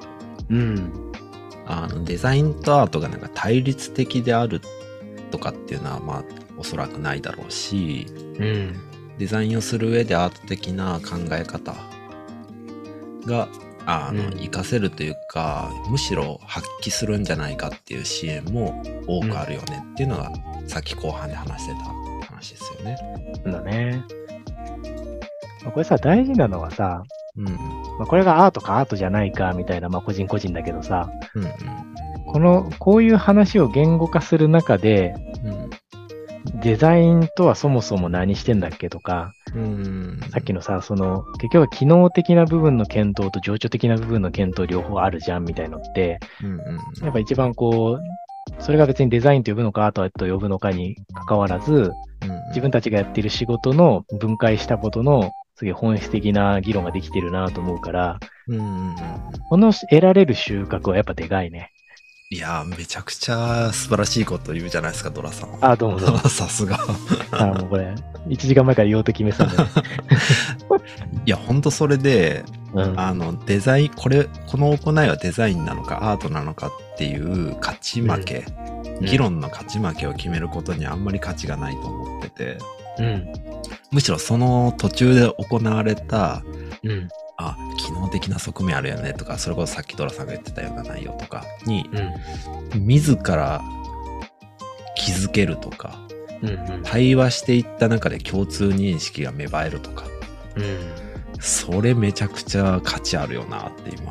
デザインとアートがなんか対立的であるとかっていうのはまあおそらくないだろうし、デザインをする上でアート的な考え方が活かせるというか、むしろ発揮するんじゃないかっていう支援も多くあるよねっていうのが、さっき後半で話してた話ですよね。 だね。これさ、大事なのはさ、これがアートかアートじゃないかみたいな、個人個人だけどさ、こういう話を言語化する中で、デザインとはそもそも何してんだっけとか、さっきのさ、その、結局は機能的な部分の検討と情緒的な部分の検討両方あるじゃんみたいのって、やっぱ一番こう、それが別にデザインと呼ぶのかアートと呼ぶのかに関わらず、自分たちがやっている仕事の分解したことのすげえ本質的な議論ができてるなと思うから、この得られる収穫はやっぱでかいね。 いやー、めちゃくちゃ素晴らしいこと言うじゃないですか、ドラさん。 どうもどうも。 さすが。 もうこれ、1時間前から言おうと決めてたんだね。 いや、ほんとそれで、デザイン、この行いはデザインなのかアートなのかっていう勝ち負け、議論の勝ち負けを決めることにあんまり価値がないと思ってて、むしろその途中で行われた、機能的な側面あるよねとか、それこそさっきドラさんが言ってたような内容とかに、自ら気づけるとか、対話していった中で共通認識が芽生えるとか、それめちゃくちゃ価値あるよなって今、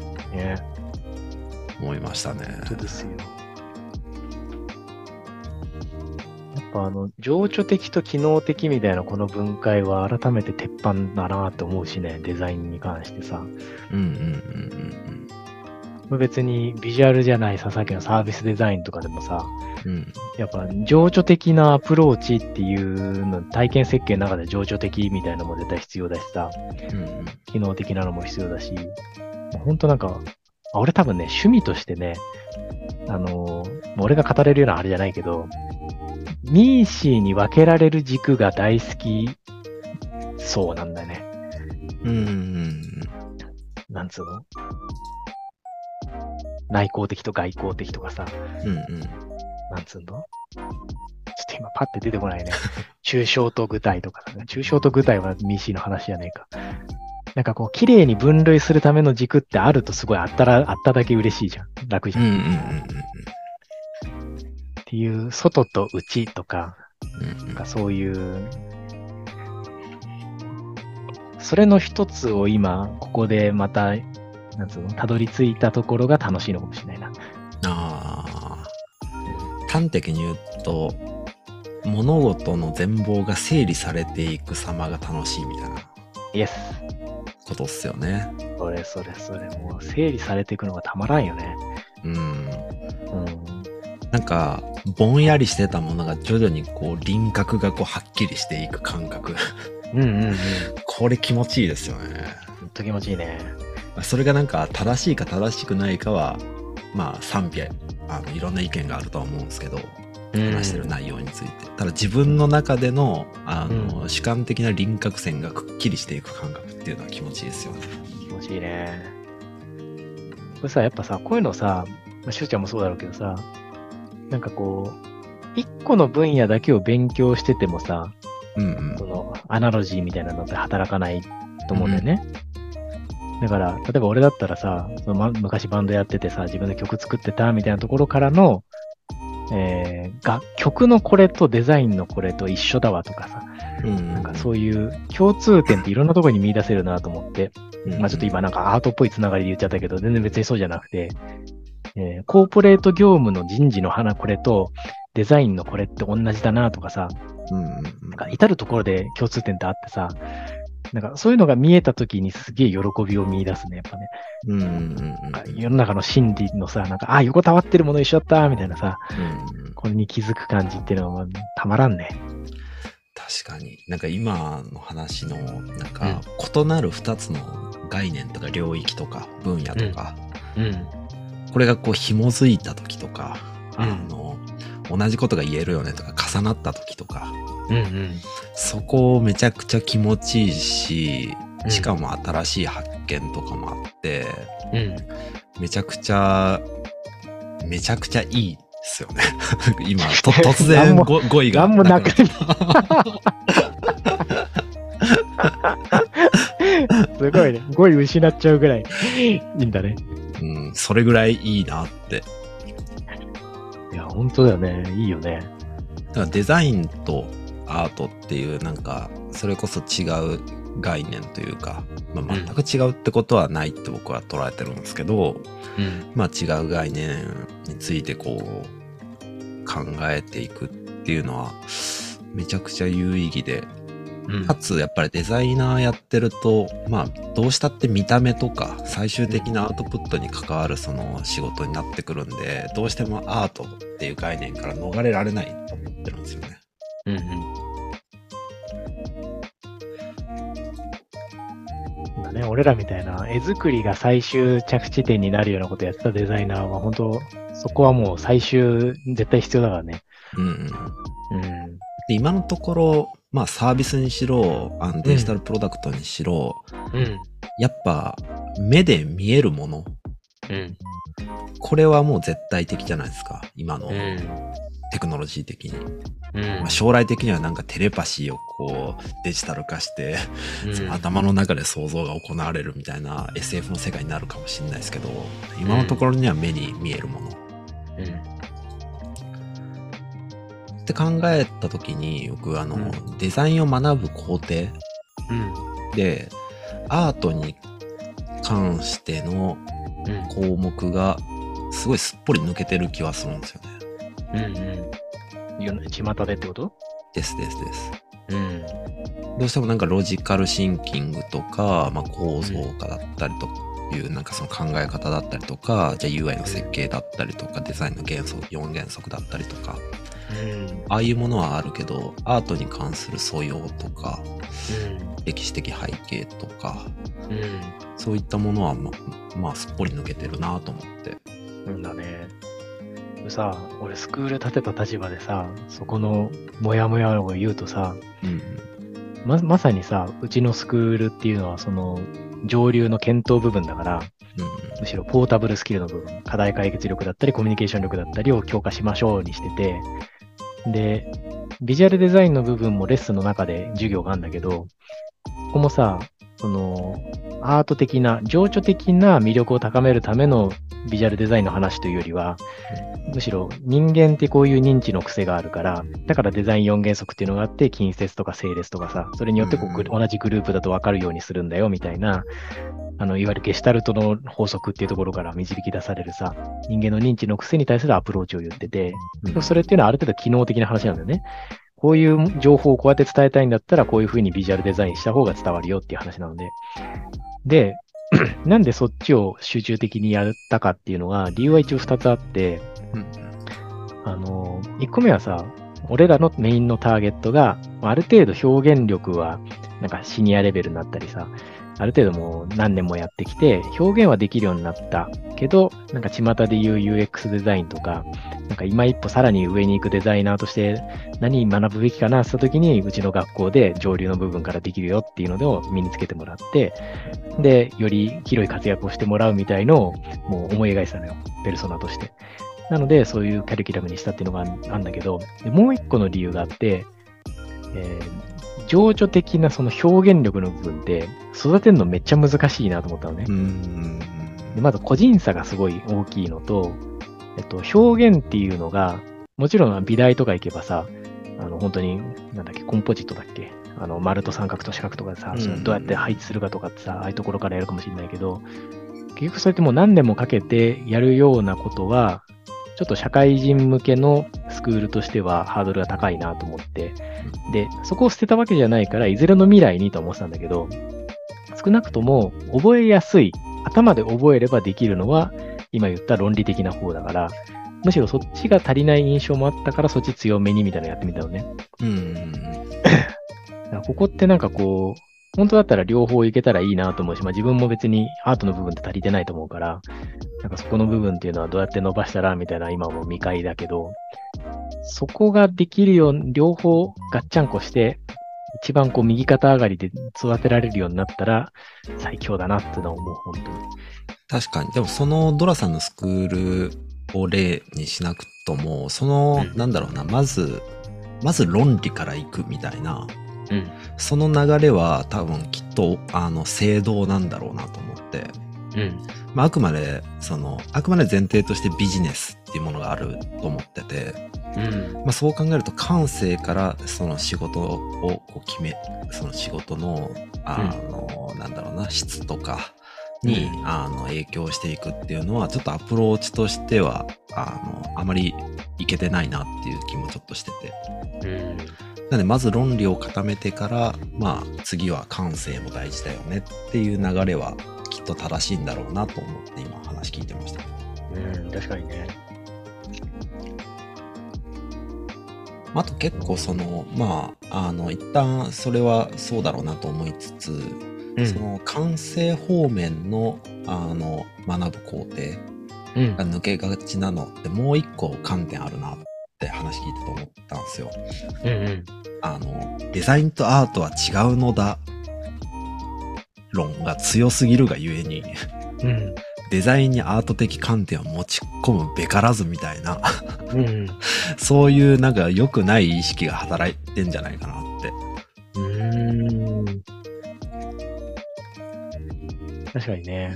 思いましたね。 そうですよ。情緒的と機能的みたいなこの分解は改めて鉄板だなって思うしね、デザインに関してさ。別にビジュアルじゃないさっきのサービスデザインとかでもさ、やっぱ情緒的なアプローチっていうの、体験設計の中で情緒的みたいなのも絶対必要だしさ、機能的なのも必要だし、ほんとなんか、俺多分ね、趣味としてね、俺が語れるようなあれじゃないけど、ミーシーに分けられる軸が大好きそうなんだね。なんつうの？内向的と外向的とかさ。なんつうの？ちょっと今パッて出てこないね。抽象と具体とかね。抽象と具体はミーシーの話じゃねえか。なんかこう、綺麗に分類するための軸ってあるとすごいあっただけ嬉しいじゃん。楽じゃん。っていう、外と内とか、そういう、それの一つを今、ここでまた、なんつうの、たどり着いたところが楽しいのかもしれないな。 端的に言うと、物事の全貌が整理されていく様が楽しいみたいな。 イエス。 ことっすよね。 それ。もう整理されていくのがたまらんよね。 なんか、ぼんやりしてたものが徐々にこう輪郭がこうはっきりしていく感覚。これ気持ちいいですよね。 ほんと気持ちいいね。 それがなんか正しいか正しくないかは、賛否、いろんな意見があるとは思うんですけど、話してる内容について。ただ自分の中での、主観的な輪郭線がくっきりしていく感覚っていうのは気持ちいいですよね。 気持ちいいね。 これさ、やっぱさ、こういうのさ、しゅうちゃんもそうだろうけどさ、なんかこう、一個の分野だけを勉強しててもさ、そのアナロジーみたいなのって働かないと思うんだよね。だから、例えば俺だったらさ、昔バンドやっててさ、自分で曲作ってたみたいなところからの、曲のこれとデザインのこれと一緒だわとかさ、なんかそういう共通点っていろんなところに見出せるなと思って、まあちょっと今なんかアートっぽいつながりで言っちゃったけど、全然別にそうじゃなくて、コーポレート業務の人事のこれとデザインのこれって同じだなとかさ、なんか至るところで共通点ってあってさ、なんかそういうのが見えたときにすげえ喜びを見出すね、やっぱね。世の中の心理のさ、なんか、横たわってるもの一緒だったみたいなさ、これに気づく感じっていうのはたまらんね。 確かに。なんか今の話の、なんか異なる2つの概念とか領域とか分野とか、これがこう紐づいた時とか、同じことが言えるよねとか重なった時とか、そこめちゃくちゃ気持ちいいし、しかも新しい発見とかもあって、めちゃくちゃいいですよね。今、突然語彙がなくなった。 すごいね。語彙失っちゃうぐらいいいんだね。 それぐらいいいなって。 いや、本当だよね。いいよね。 だからデザインとアートっていうなんか、それこそ違う概念というか、全く違うってことはないって僕は捉えてるんですけど、違う概念についてこう考えていくっていうのはめちゃくちゃ有意義で、かつやっぱりデザイナーやってると、どうしたって見た目とか最終的なアウトプットに関わるその仕事になってくるんで、どうしてもアートっていう概念から逃れられないと思ってるんですよね。 俺らみたいな絵作りが最終着地点になるようなことやってたデザイナーは本当そこはもう最終絶対必要だからね。 で今のところサービスにしろデジタルプロダクトにしろ、やっぱ目で見えるもの、これはもう絶対的じゃないですか、今のテクノロジー的に。将来的にはなんかテレパシーをこうデジタル化して、その頭の中で想像が行われるみたいな SF の世界になるかもしれないですけど、今のところには目に見えるもの、って考えた時に僕デザインを学ぶ工程、でアートに関しての項目がすごいすっぽり抜けてる気はするんですよね。 巷でってこと？ です。どうしてもなんかロジカルシンキングとか、構造化だったりというなんかその考え方だったりとか、じゃあ UI の設計だったりとか、デザインの4原則だったりとか、ああいうものはあるけど、アートに関する素養とか、歴史的背景とか、そういったものはすっぽり抜けてるなと思って。 だね。さ、俺スクール立てた立場でさ、そこのモヤモヤを言うとさ、まさにさ、うちのスクールっていうのはその上流の検討部分だから、むしろポータブルスキルの部分、課題解決力だったりコミュニケーション力だったりを強化しましょうにしてて、で、ビジュアルデザインの部分もレッスンの中で授業があるんだけど、ここもさ、そのアート的な、情緒的な魅力を高めるためのビジュアルデザインの話というよりは、むしろ人間ってこういう認知の癖があるから、だからデザイン4原則っていうのがあって、近接とか整列とかさ、それによって同じグループだと分かるようにするんだよみたいな、いわゆるゲシュタルトの法則っていうところから導き出されるさ、人間の認知の癖に対するアプローチを言ってて、それっていうのはある程度機能的な話なんだよね。こういう情報をこうやって伝えたいんだったら、こういうふうにビジュアルデザインした方が伝わるよっていう話なので。で、なんでそっちを集中的にやったかっていうのが、理由は一応2つあって、1個目はさ、俺らのメインのターゲットが、ある程度表現力は、なんかシニアレベルになったりさ、ある程度もう何年もやってきて、表現はできるようになったけど、なんか巷で言う UX デザインとか、 なんか今一歩さらに上に行くデザイナーとして何学ぶべきかなって言った時に、うちの学校で上流の部分からできるよっていうのを身につけてもらって、で、より広い活躍をしてもらうみたいのをもう思い描いてたのよ。ペルソナとして。なので、そういうカリキュラムにしたっていうのがあるんだけど、もう一個の理由があって、情緒的なその表現力の部分って育てるのめっちゃ難しいなと思ったのね。でまず個人差がすごい大きいのと、表現っていうのが、もちろん美大とか行けばさ、本当に、なんだっけ、コンポジットだっけ、丸と三角と四角とかでさ、それどうやって配置するかとかってさ、ああいうところからやるかもしれないけど、結局そうやってもう何年もかけてやるようなことは、ちょっと社会人向けのスクールとしてはハードルが高いなと思って、で、そこを捨てたわけじゃないから、いずれの未来にと思ってたんだけど、少なくとも覚えやすい、頭で覚えればできるのは、今言った論理的な方だから、むしろそっちが足りない印象もあったから、そっち強めにみたいなのやってみたのね。だからここってなんかこう、本当だったら両方いけたらいいなと思うし、自分も別にアートの部分って足りてないと思うから、なんかそこの部分っていうのはどうやって伸ばしたらみたいな今も未開だけど、そこができるように両方ガッチャンコして、一番こう右肩上がりで育てられるようになったら最強だなってのは思う、本当に。 確かに。でもそのドラさんのスクールを例にしなくとも、その、なんだろうな、まず論理からいくみたいな、その流れは多分きっと、正道なんだろうなと思って、あくまで前提としてビジネスっていうものがあると思ってて、そう考えると感性からその仕事をその仕事の、なんだろうな、質とかに、影響していくっていうのは、ちょっとアプローチとしては、あまりいけてないなっていう気もちょっとしてて。なので、まず論理を固めてから、次は感性も大事だよねっていう流れは、きっと正しいんだろうなと思って今話聞いてました。 確かにね。 あと結構その、一旦それはそうだろうなと思いつつ、その感性方面の、学ぶ工程が抜けがちなのってもう一個観点あるなって話聞いてと思ったんですよ。デザインとアートは違うのだ論が強すぎるがゆえに、デザインにアート的観点を持ち込むべからずみたいな、そういうなんか良くない意識が働いてんじゃないかなって。 確かにね。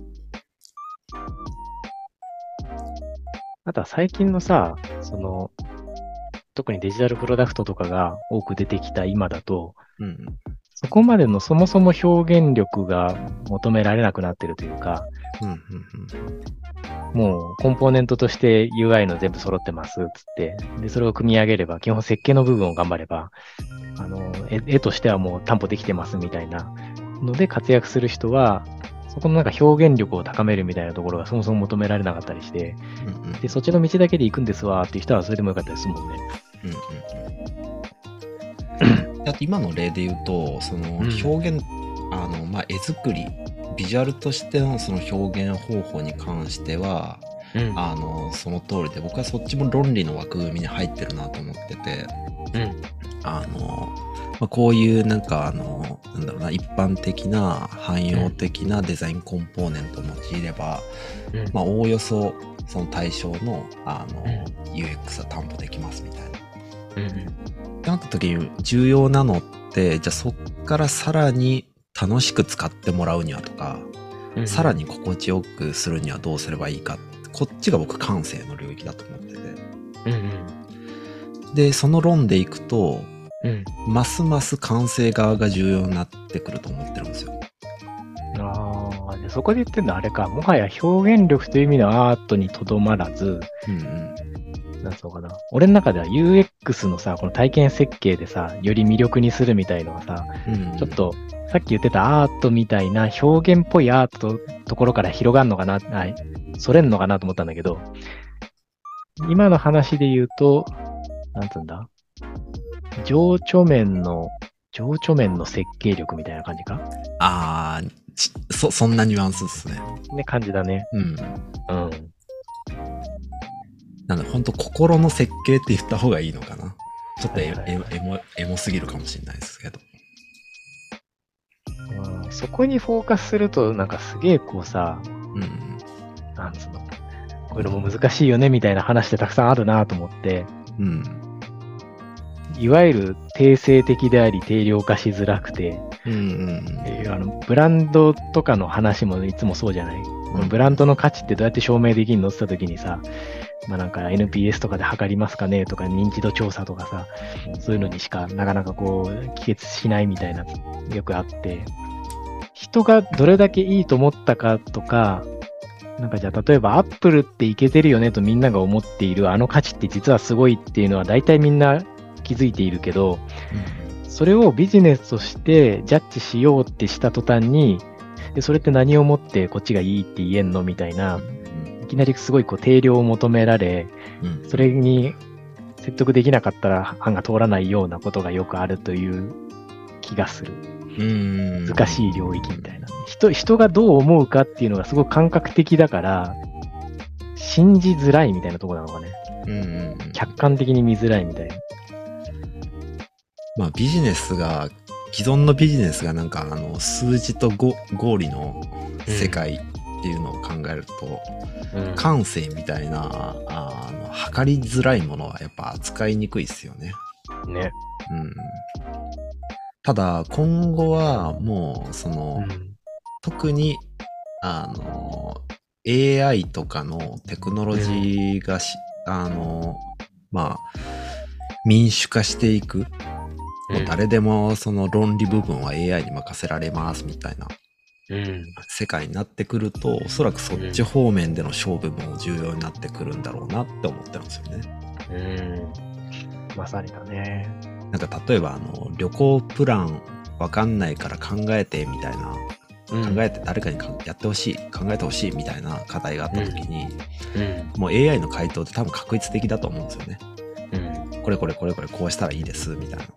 あとは最近のさ、特にデジタルプロダクトとかが多く出てきた今だと、そこまでのそもそも表現力が求められなくなってるというか、もうコンポーネントとして UI の全部揃ってますっつって、で、それを組み上げれば、基本設計の部分を頑張れば、絵としてはもう担保できてますみたいなので活躍する人は、そこのなんか表現力を高めるみたいなところがそもそも求められなかったりして、で、そっちの道だけで行くんですわっていう人はそれでもよかったりするもんね。 だって今の例で言うと、その表現、絵作り、ビジュアルとしてのその表現方法に関しては、その通りで、僕はそっちも論理の枠組みに入ってるなと思ってて、こういうなんかなんだろうな、一般的な汎用的なデザインコンポーネントを用いれば、おおよそその対象のUX は担保できますみたいな。ってなった時に重要なのって、じゃあそっからさらに楽しく使ってもらうにはとか、さらに心地よくするにはどうすればいいか、こっちが僕感性の領域だと思ってて、でその論でいくと、ますます感性側が重要になってくると思ってるんですよ。 でそこで言ってるのはあれか、もはや表現力という意味のアートにとどまらず、なんそうかな。俺の中では UX のさ、この体験設計でさ、より魅力にするみたいのはさ、ちょっとさっき言ってたアートみたいな表現っぽいアートのところから広がるのかな、それんのかなと思ったんだけど、今の話で言うと、なんつうんだ、情緒面の設計力みたいな感じか？ そんなニュアンスですね。 ね、感じだね。 なんで本当心の設計って言った方がいいのかな。ちょっとエモすぎるかもしれないですけど。 そこにフォーカスすると、なんかすげえこうさ、なんつうの、こういうのも難しいよねみたいな話ってたくさんあるなと思って、いわゆる定性的であり定量化しづらくて、ブランドとかの話もいつもそうじゃない。このブランドの価値ってどうやって証明できるのって言った時にさ、なんか NPS とかで測りますかねとか認知度調査とかさ、そういうのにしかなかなかこう帰結しないみたいなよくあって、人がどれだけいいと思ったかとか、なんかじゃあ例えばアップルっていけてるよねとみんなが思っているあの価値って実はすごいっていうのは大体みんな気づいているけど、それをビジネスとしてジャッジしようってした途端に、でそれって何をもってこっちがいいって言えんのみたいな、いきなりすごいこう定量を求められ、それに説得できなかったら案が通らないようなことがよくあるという気がする。難しい領域みたいな。人がどう思うかっていうのがすごく感覚的だから、信じづらいみたいなところなのかね。客観的に見づらいみたいな。 まあビジネスが、既存のビジネスがなんか数字と合理の世界っていうのを考えると、感性みたいな測りづらいものはやっぱ扱いにくいですよね。 ね。 ただ今後はもう特にAI とかのテクノロジーがまあ民主化していく。もう誰でもその論理部分は AI に任せられますみたいな世界になってくると、おそらくそっち方面での勝負も重要になってくるんだろうなって思ってるんですよね。 まさにだね。 なんか例えば旅行プランわかんないから考えてみたいな、考えて誰かにやってほしい、考えてほしいみたいな課題があった時に、もう AI の回答って多分確率的だと思うんですよね。これこうしたらいいですみたいな。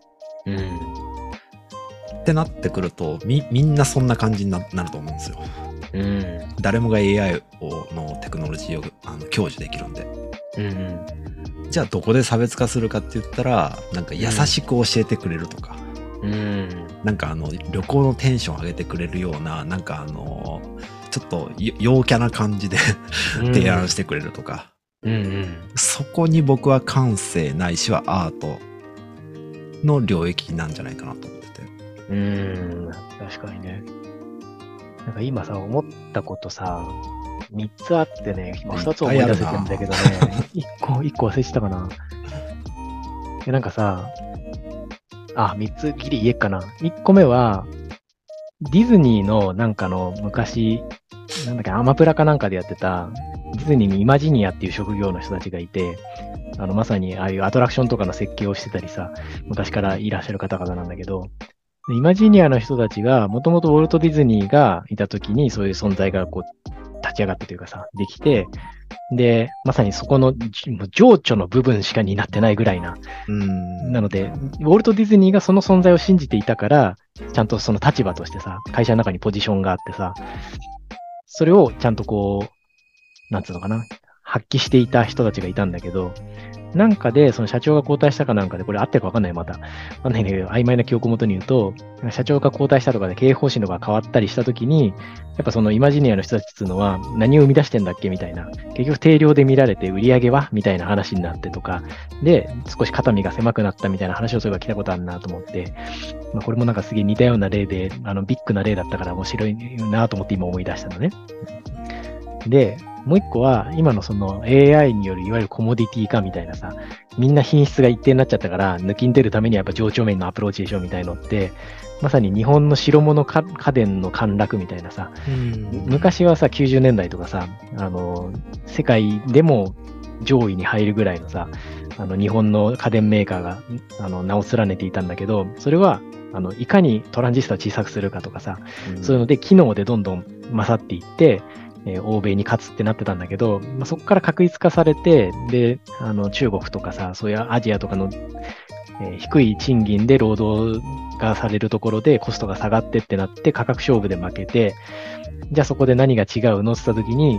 ってなってくるとみんなそんな感じになると思うんですよ。誰もが AI のテクノロジーを享受できるんで。じゃあどこで差別化するかって言ったら、なんか優しく教えてくれるとか、なんか旅行のテンション上げてくれるような、なんかちょっと陽キャな感じで提案してくれるとか、そこに僕は感性ないしはアートの領域なんじゃないかなと思ってて。 確かにね。なんか今さ、思ったことさ、3つあってね、今2つ思い出せてるんだけどね、1個忘れてたかな。なんかさ、3つギリ言えっかな。1個目は、ディズニーのなんかの昔、なんだっけ、アマプラかなんかでやってた、ディズニーにイマジニアっていう職業の人たちがいて、まさにああいうアトラクションとかの設計をしてたりさ、昔からいらっしゃる方々なんだけど、イマジニアの人たちが、もともとウォルト・ディズニーがいた時にそういう存在がこう、立ち上がったというかさ、できて、で、まさにそこの情緒の部分しか担ってないぐらいな。なので、ウォルト・ディズニーがその存在を信じていたから、ちゃんとその立場としてさ、会社の中にポジションがあってさ、それをちゃんとこう、なんつうのかな、発揮していた人たちがいたんだけど、なんかで、その社長が交代したかなんかで、これ合ってるか分かんないまた。分かんないんだけど、曖昧な記憶をもとに言うと、社長が交代したとかで経営方針とか変わったりしたときに、やっぱそのイマジニアの人たちっていうのは何を生み出してんだっけみたいな。結局定量で見られて売り上げはみたいな話になってとか、で、少し肩身が狭くなったみたいな話をそういえば聞いたことあるなと思って、これもなんかすげえ似たような例で、ビッグな例だったから面白いなと思って今思い出したのね。で、もう一個は、今のその AI によるいわゆるコモディティ化みたいなさ、みんな品質が一定になっちゃったから、抜きん出るためにはやっぱ情緒面のアプローチでしょみたいのって、まさに日本の白物家電の陥落みたいなさ、昔はさ、90年代とかさ、世界でも上位に入るぐらいのさ、日本の家電メーカーが名を連ねていたんだけど、それはいかにトランジスタを小さくするかとかさ、そういうので機能でどんどん勝っていって、欧米に勝つってなってたんだけど、そこから確立化されて、で、中国とかさ、そういうアジアとかの、低い賃金で労働がされるところでコストが下がってってなって価格勝負で負けて、じゃあそこで何が違うのって言った時に、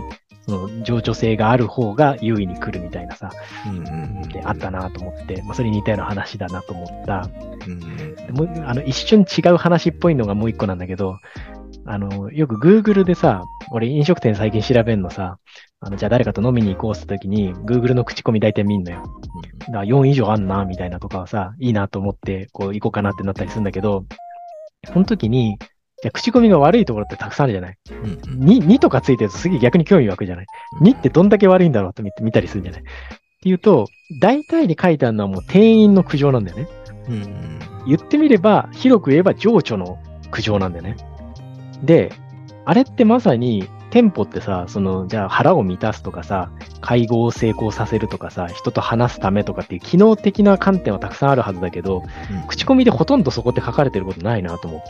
その情緒性がある方が優位に来るみたいなさ、 であったなと思って、それに似たような話だなと思った。 でも一瞬違う話っぽいのがもう一個なんだけど、よく Google でさ、俺飲食店最近調べるのさ、じゃあ誰かと飲みに行こうって時に Google の口コミ大体見んのよ。だから4以上あんな、みたいなとかはさ、いいなと思って、こう行こうかなってなったりするんだけど、その時に、じゃ口コミが悪いところってたくさんあるじゃない、2とかついてるとすげえ逆に興味湧くじゃない、2ってどんだけ悪いんだろうと見たりするんじゃないっていうと、大体に書いてあるのはもう店員の苦情なんだよね。言ってみれば、広く言えば情緒の苦情なんだよね。で、あれってまさに、店舗ってさ、じゃあ腹を満たすとかさ、会合を成功させるとかさ、人と話すためとかっていう機能的な観点はたくさんあるはずだけど、口コミでほとんどそこって書かれてることないなと思って。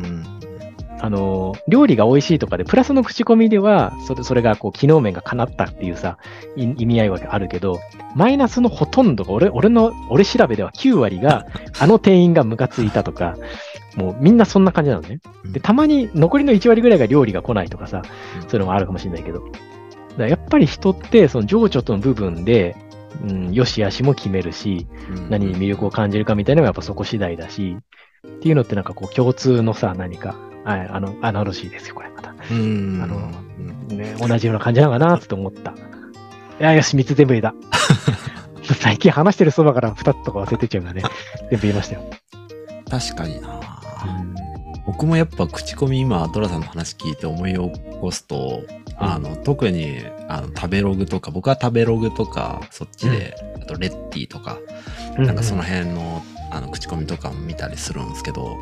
料理が美味しいとかで、プラスの口コミでは、それがこう、機能面が叶ったっていうさ、意味合いはあるけど、マイナスのほとんどが、俺調べでは9割が、店員がムカついたとか、もうみんなそんな感じなのね。で、たまに残りの1割ぐらいが料理が来ないとかさ、そういうのもあるかもしれないけど。だからやっぱり人って、その情緒との部分で、良し悪しも決めるし、何に魅力を感じるかみたいなのがやっぱそこ次第だし、っていうのってなんかこう共通のさ、何か、アナロジーですよ、これまた。同じような感じなのかなって思った。よし、3つ全部言えた。最近話してるそばから2つとか忘れてっちゃうからね。全部言いましたよ。 確かにな、僕もやっぱ口コミ今ドラさんの話聞いて思い起こすと、特に食べログとか、僕は食べログとかそっちで、あとレッティとか、なんかその辺の口コミとかも見たりするんですけど、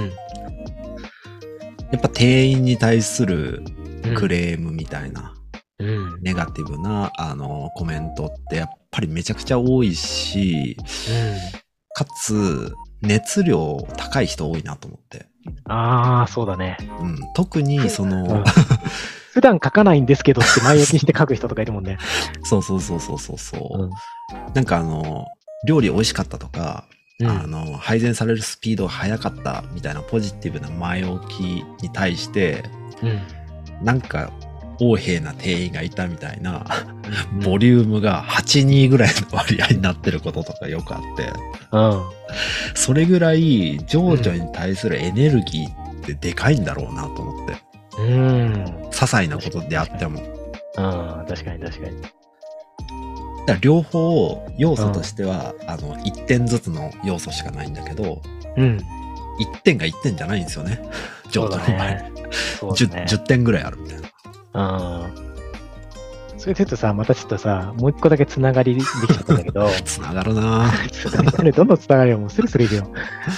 やっぱ店員に対するクレームみたいな、ネガティブなコメントってやっぱりめちゃくちゃ多いし、かつ熱量高い人多いなと思って。 ああ、そうだね。 特に普段書かないんですけどって前置きして書く人とかいるもんね。 そう。なんか料理美味しかったとか、配膳されるスピードが速かったみたいなポジティブな前置きに対して、なんか横柄な店員がいたみたいな、ボリュームが8-2ぐらいの割合になってることとかよくあって、それぐらい情緒に対するエネルギーってでかいんだろうなと思って。些細なことであっても。 確かに。だから両方要素としては、1点ずつの要素しかないんだけど、1点が1点じゃないんですよね。情緒の前に。10点ぐらいあるみたいな。 それで言うとさ、またちょっとさ、もう一個だけつながりできちゃったんだけど。 つながるなぁ。どんどんつながるよ。もうスルスルいるよ。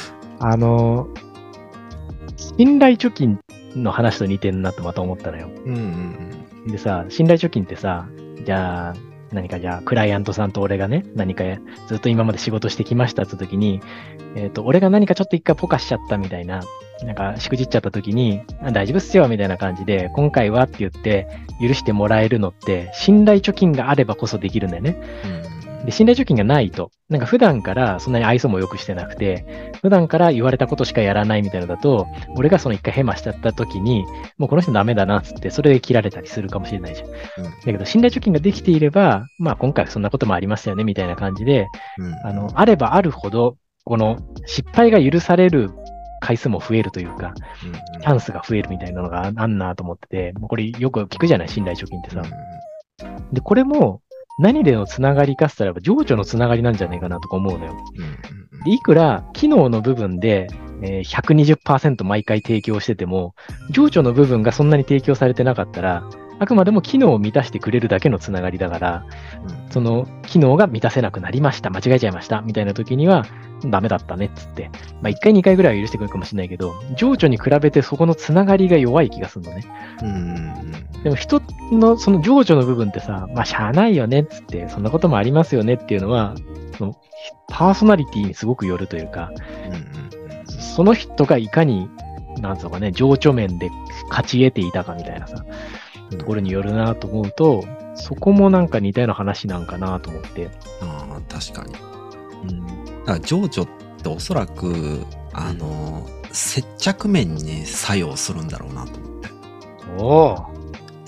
信頼貯金の話と似てんなとまた思ったのよ。でさ、信頼貯金ってさ、じゃあ、クライアントさんと俺がね、何かずっと今まで仕事してきましたって時に、俺が何かちょっと一回ポカしちゃったみたいな、なんかしくじっちゃった時に、大丈夫っすよみたいな感じで、今回はって言って許してもらえるのって、信頼貯金があればこそできるんだよね。で、信頼貯金がないと、なんか普段からそんなに愛想も良くしてなくて、普段から言われたことしかやらないみたいなのだと、俺がその一回ヘマしちゃった時に、もうこの人ダメだなっつって、それで切られたりするかもしれないじゃん。だけど、信頼貯金ができていれば、まあ今回そんなこともありましたよね、みたいな感じで、あればあるほど、この失敗が許される回数も増えるというか、チャンスが増えるみたいなのがあんなと思ってて、もうこれよく聞くじゃない、信頼貯金ってさ。で、これも、何でのつながりかって言ったら、情緒のつながりなんじゃないかなとか思うのよ。で、いくら機能の部分で、120% 毎回提供してても、情緒の部分がそんなに提供されてなかったら、あくまでも機能を満たしてくれるだけのつながりだから、その機能が満たせなくなりました、間違えちゃいました、みたいな時には、ダメだったねっつって、まあ1回2回ぐらいは許してくれるかもしれないけど、情緒に比べてそこのつながりが弱い気がするのね。でも人のその情緒の部分ってさ、まあしゃあないよねっつって、そんなこともありますよねっていうのは、そのパーソナリティにすごくよるというか、その人がいかに、なんつうのかね、情緒面で勝ち得ていたかみたいなさ、ところによるなと思うと、そこもなんか似たような話なんかなと思って。 確かに。だから情緒っておそらく、接着面に作用するんだろうなと思って。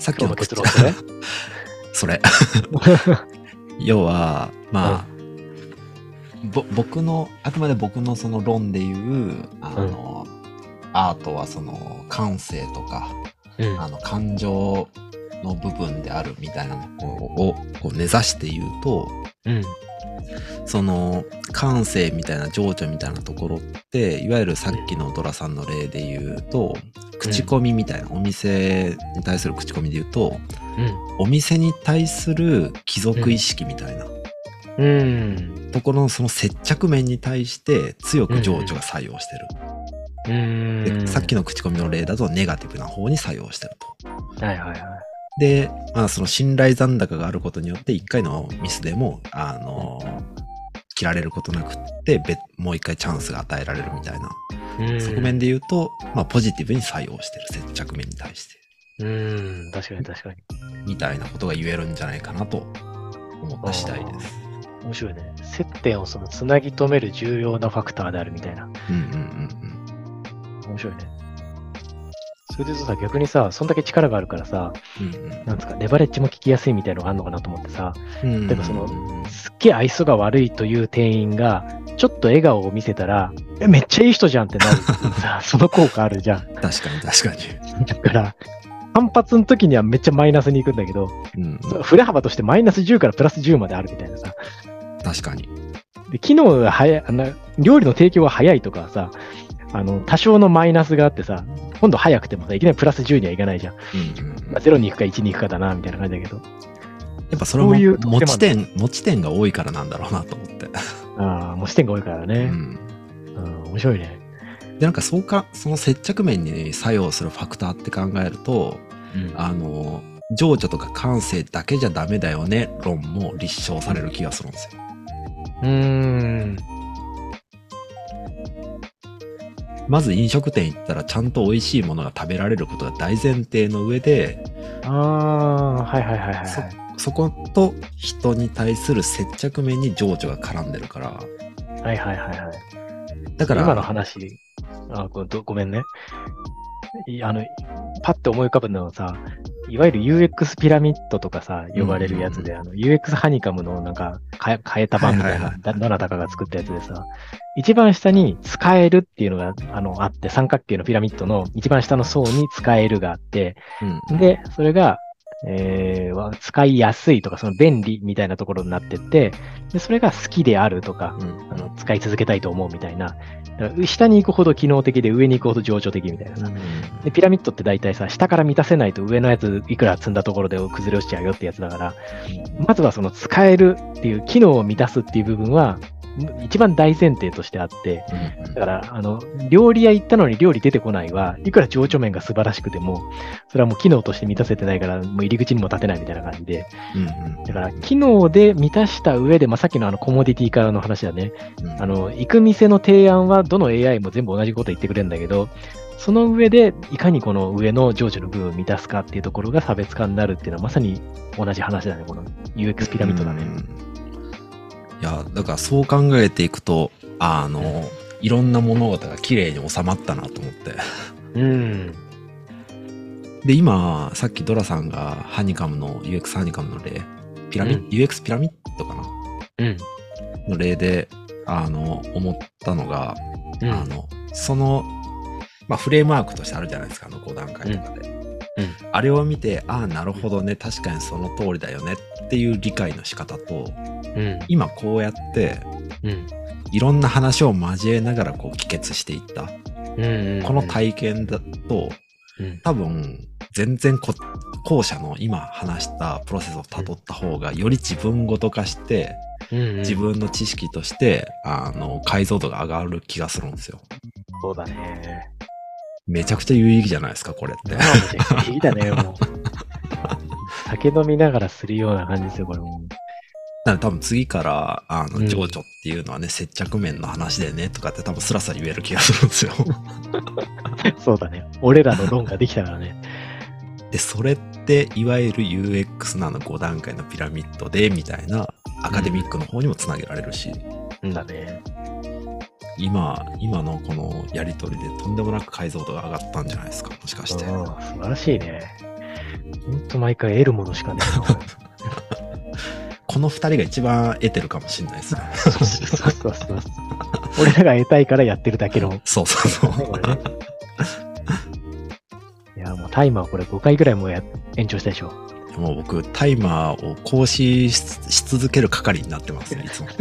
さっきの結論それそれ。要は、まあ、僕の、あくまで僕のその論でいう、アートはその感性とか、感情の部分であるみたいなのをこう根ざして言うと、その感性みたいな情緒みたいなところって、いわゆるさっきのドラさんの例で言うと、口コミみたいな、お店に対する口コミで言うと、お店に対する貴族意識みたいな、ところのその接着面に対して強く情緒が作用してる。でさっきの口コミの例だとネガティブな方に作用してると。で、まあその信頼残高があることによって一回のミスでも、切られることなくって、もう一回チャンスが与えられるみたいな。側面で言うと、まあポジティブに作用してる、接着面に対して。 確かに確かに。 みたいなことが言えるんじゃないかなと思った次第です。 面白いね。接点をそのつなぎ止める重要なファクターであるみたいな。面白いね。それでさ、逆にさ、そんだけ力があるからさ、なんですか、レバレッジも効きやすいみたいなのがあるのかなと思ってさ、例えばその、すっげえ愛想が悪いという店員が、ちょっと笑顔を見せたら、めっちゃいい人じゃんってなるさ、その効果あるじゃん。 確かに確かに。 だから、反発の時にはめっちゃマイナスに行くんだけど、振れ幅としてマイナス10からプラス10まであるみたいなさ。 確かに。 で、機能が早い、料理の提供が早いとかさ、多少のマイナスがあってさ、今度早くてもさ、いきなりプラス10にはいかないじゃん。0に行くか1に行くかだな、みたいな感じだけど。 やっぱそれも持ち点が多いからなんだろうなと思って。 持ち点が多いからね。面白いね。 で、なんかその接着面に作用するファクターって考えると、情緒とか感性だけじゃダメだよね、論も立証される気がするんですよ。まず飲食店行ったらちゃんと美味しいものが食べられることが大前提の上で、そこと人に対する接着面に情緒が絡んでるから。だから今の話、ごめんね。パッと思い浮かぶのはさ、いわゆる UX ピラミッドとかさ、呼ばれるやつで、UX ハニカムのなんか変えた版みたいな、どなたかが作ったやつでさ、一番下に使えるっていうのがあって、三角形のピラミッドの一番下の層に使えるがあって、で、それが、使いやすいとか、その便利みたいなところになってって、でそれが好きであるとか、使い続けたいと思うみたいな。だから下に行くほど機能的で上に行くほど情緒的みたいな。で、ピラミッドって大体さ、下から満たせないと上のやついくら積んだところで崩れ落ちちゃうよってやつだから、まずはその使えるっていう機能を満たすっていう部分は、一番大前提としてあって、だから、料理屋行ったのに料理出てこないは、いくら情緒面が素晴らしくても、それはもう機能として満たせてないから、もう入り口にも立てないみたいな感じで、だから、機能で満たした上で、さっきのコモディティ化の話だね、行く店の提案はどの AI も全部同じこと言ってくれるんだけど、その上で、いかにこの上の情緒の部分を満たすかっていうところが差別化になるっていうのは、まさに同じ話だね、この UX ピラミッドだね。 いや、だからそう考えていくと、いろんな物事が綺麗に収まったなと思って。で、今、さっきドラさんがハニカムの、UX ハニカムの例、UX ピラミッドかなの例で、思ったのが、その、フレームワークとしてあるじゃないですか、5段階とかで。あれを見て、なるほどね、確かにその通りだよねっていう理解の仕方と、今こうやって、いろんな話を交えながら帰結していった、この体験だと、多分全然後者の今話したプロセスをたどった方がより自分ごと化して、自分の知識として解像度が上がる気がするんですよ。 そうだね。 めちゃくちゃ有意義じゃないですか、これって。 いいだね、もう。酒飲みながらするような感じですよ、これも。 多分次から情緒っていうのはね、接着面の話でねとかって多分スラスラ言える気がするんですよ。 そうだね。俺らの論ができたからね。 で、それっていわゆる UX なの5段階のピラミッドでみたいなアカデミックの方にもつなげられるし。 だね。 今のこのやりとりでとんでもなく解像度が上がったんじゃないですか、もしかして。 素晴らしいね。 ほんと毎回得るものしかねえな。 この2人が一番得てるかもしれないですね。 そう。俺らが得たいからやってるだけの。 そう。 いや、もうタイマーこれ5回ぐらいも延長したでしょ。 もう僕、タイマーを更新し続ける係になってますね、いつも。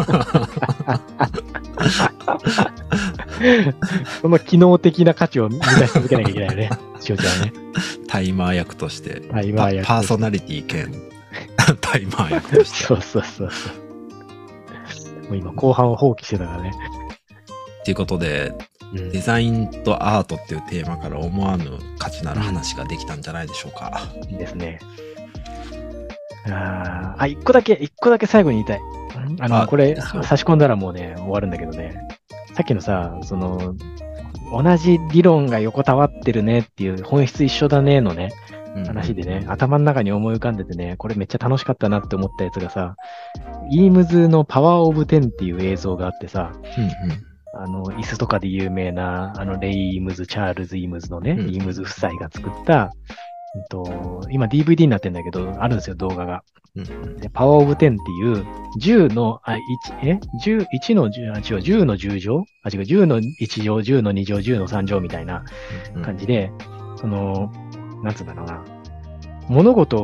その機能的な価値を満たし続けなきゃいけないよね、しおちゃんはね。 タイマー役として、 タイマー役パーソナリティ兼タイマー役として。 そう。もう今、後半を放棄してたからね。 ということで、デザインとアートっていうテーマから思わぬ価値のある話ができたんじゃないでしょうか。 いいですね。一個だけ最後に言いたい。これ、差し込んだらもうね、終わるんだけどね。さっきのさ、同じ理論が横たわってるねっていう本質一緒だねのね、話でね、頭の中に思い浮かんでてね、これめっちゃ楽しかったなって思ったやつがさ、イームズのパワーオブ10っていう映像があってさ、椅子とかで有名な、レイ・イームズ、チャールズ・イームズのね、イームズ夫妻が作った、今 DVD になってんだけど、あるんですよ、動画が。でパワーオブ10っていう、10の、1の10の10乗10の1乗、10の2乗、10の3乗みたいな感じで、なんつうんだろうな。物事、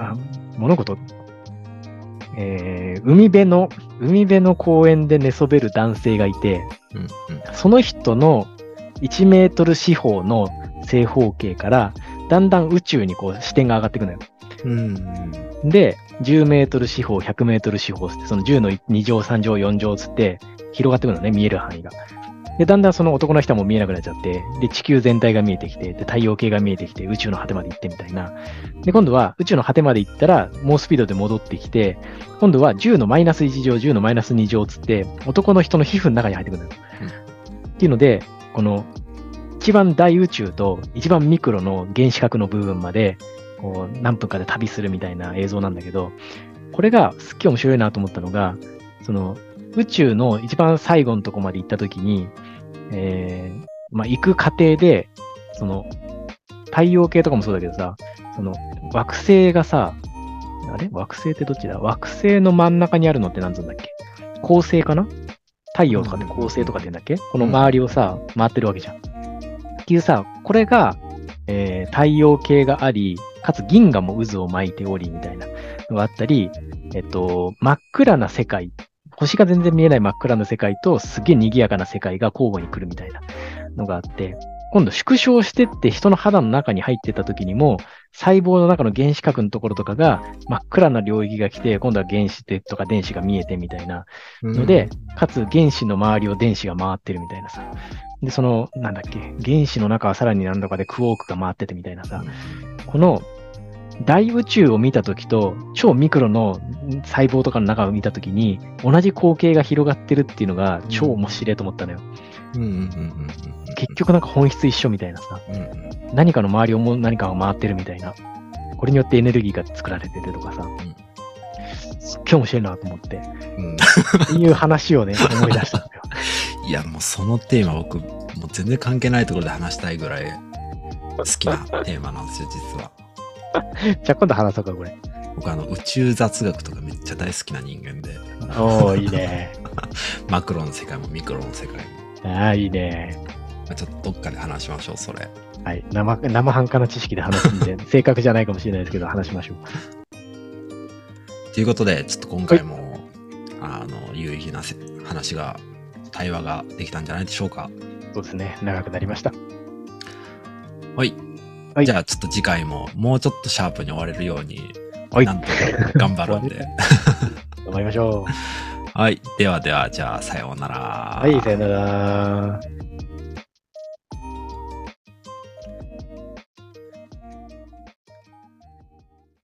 海辺の公園で寝そべる男性がいて、その人の1メートル四方の正方形から、だんだん宇宙にこう視点が上がっていくのよ。で、10メートル四方、100メートル四方って、その10の2乗、3乗、4乗つって広がっていくのね、見える範囲が。で、だんだんその男の人も見えなくなっちゃって、で、地球全体が見えてきて、で、太陽系が見えてきて、宇宙の果てまで行ってみたいな。で、今度は宇宙の果てまで行ったら、猛スピードで戻ってきて、今度は10のマイナス1乗、10のマイナス2乗つって、男の人の皮膚の中に入ってくるのよ。っていうので、この、一番大宇宙と一番ミクロの原子核の部分まで、こう、何分かで旅するみたいな映像なんだけど、これがすっげえ面白いなと思ったのが、宇宙の一番最後のとこまで行ったときに、行く過程で、太陽系とかもそうだけどさ、惑星がさ、惑星ってどっちだ？惑星の真ん中にあるのって何つうんだっけ？恒星かな？太陽とかって恒星とかって言うんだっけ？この周りをさ、回ってるわけじゃん。っていうさ、これが、太陽系があり、かつ銀河も渦を巻いており、みたいなのがあったり、真っ暗な世界、星が全然見えない真っ暗な世界とすげえ賑やかな世界が交互に来るみたいなのがあって、今度縮小してって人の肌の中に入ってった時にも、細胞の中の原子核のところとかが真っ暗な領域が来て、今度は原子とか電子が見えてみたいなので、かつ原子の周りを電子が回ってるみたいなさ。で、なんだっけ、原子の中はさらに何度かでクォークが回っててみたいなさ、この大宇宙を見たときと超ミクロの細胞とかの中を見たときに同じ光景が広がってるっていうのが超面白いと思ったのよ。結局なんか本質一緒みたいなさ、何かの周りを何かが回ってるみたいな、これによってエネルギーが作られてるとかさ、すっげえ面白いなと思って、っていう話をね、思い出したんですよ。 いや、もうそのテーマ僕、もう全然関係ないところで話したいぐらい好きなテーマなんですよ、実は。 じゃあ今度話そうか、これ。 僕宇宙雑学とかめっちゃ大好きな人間で。 おー、いいね。 マクロの世界もミクロの世界も。 ああ、いいね。 ちょっとどっかで話しましょう、それ。 はい。生半可な知識で話すんで、正確じゃないかもしれないですけど、話しましょう。 ということで、ちょっと今回も、有意義な対話ができたんじゃないでしょうか。 そうですね。長くなりました。 はい。じゃあちょっと次回ももうちょっとシャープに終われるように、なんとか頑張るんで。 頑張りましょう。 はい。では、じゃあさようなら。 はい、さようなら。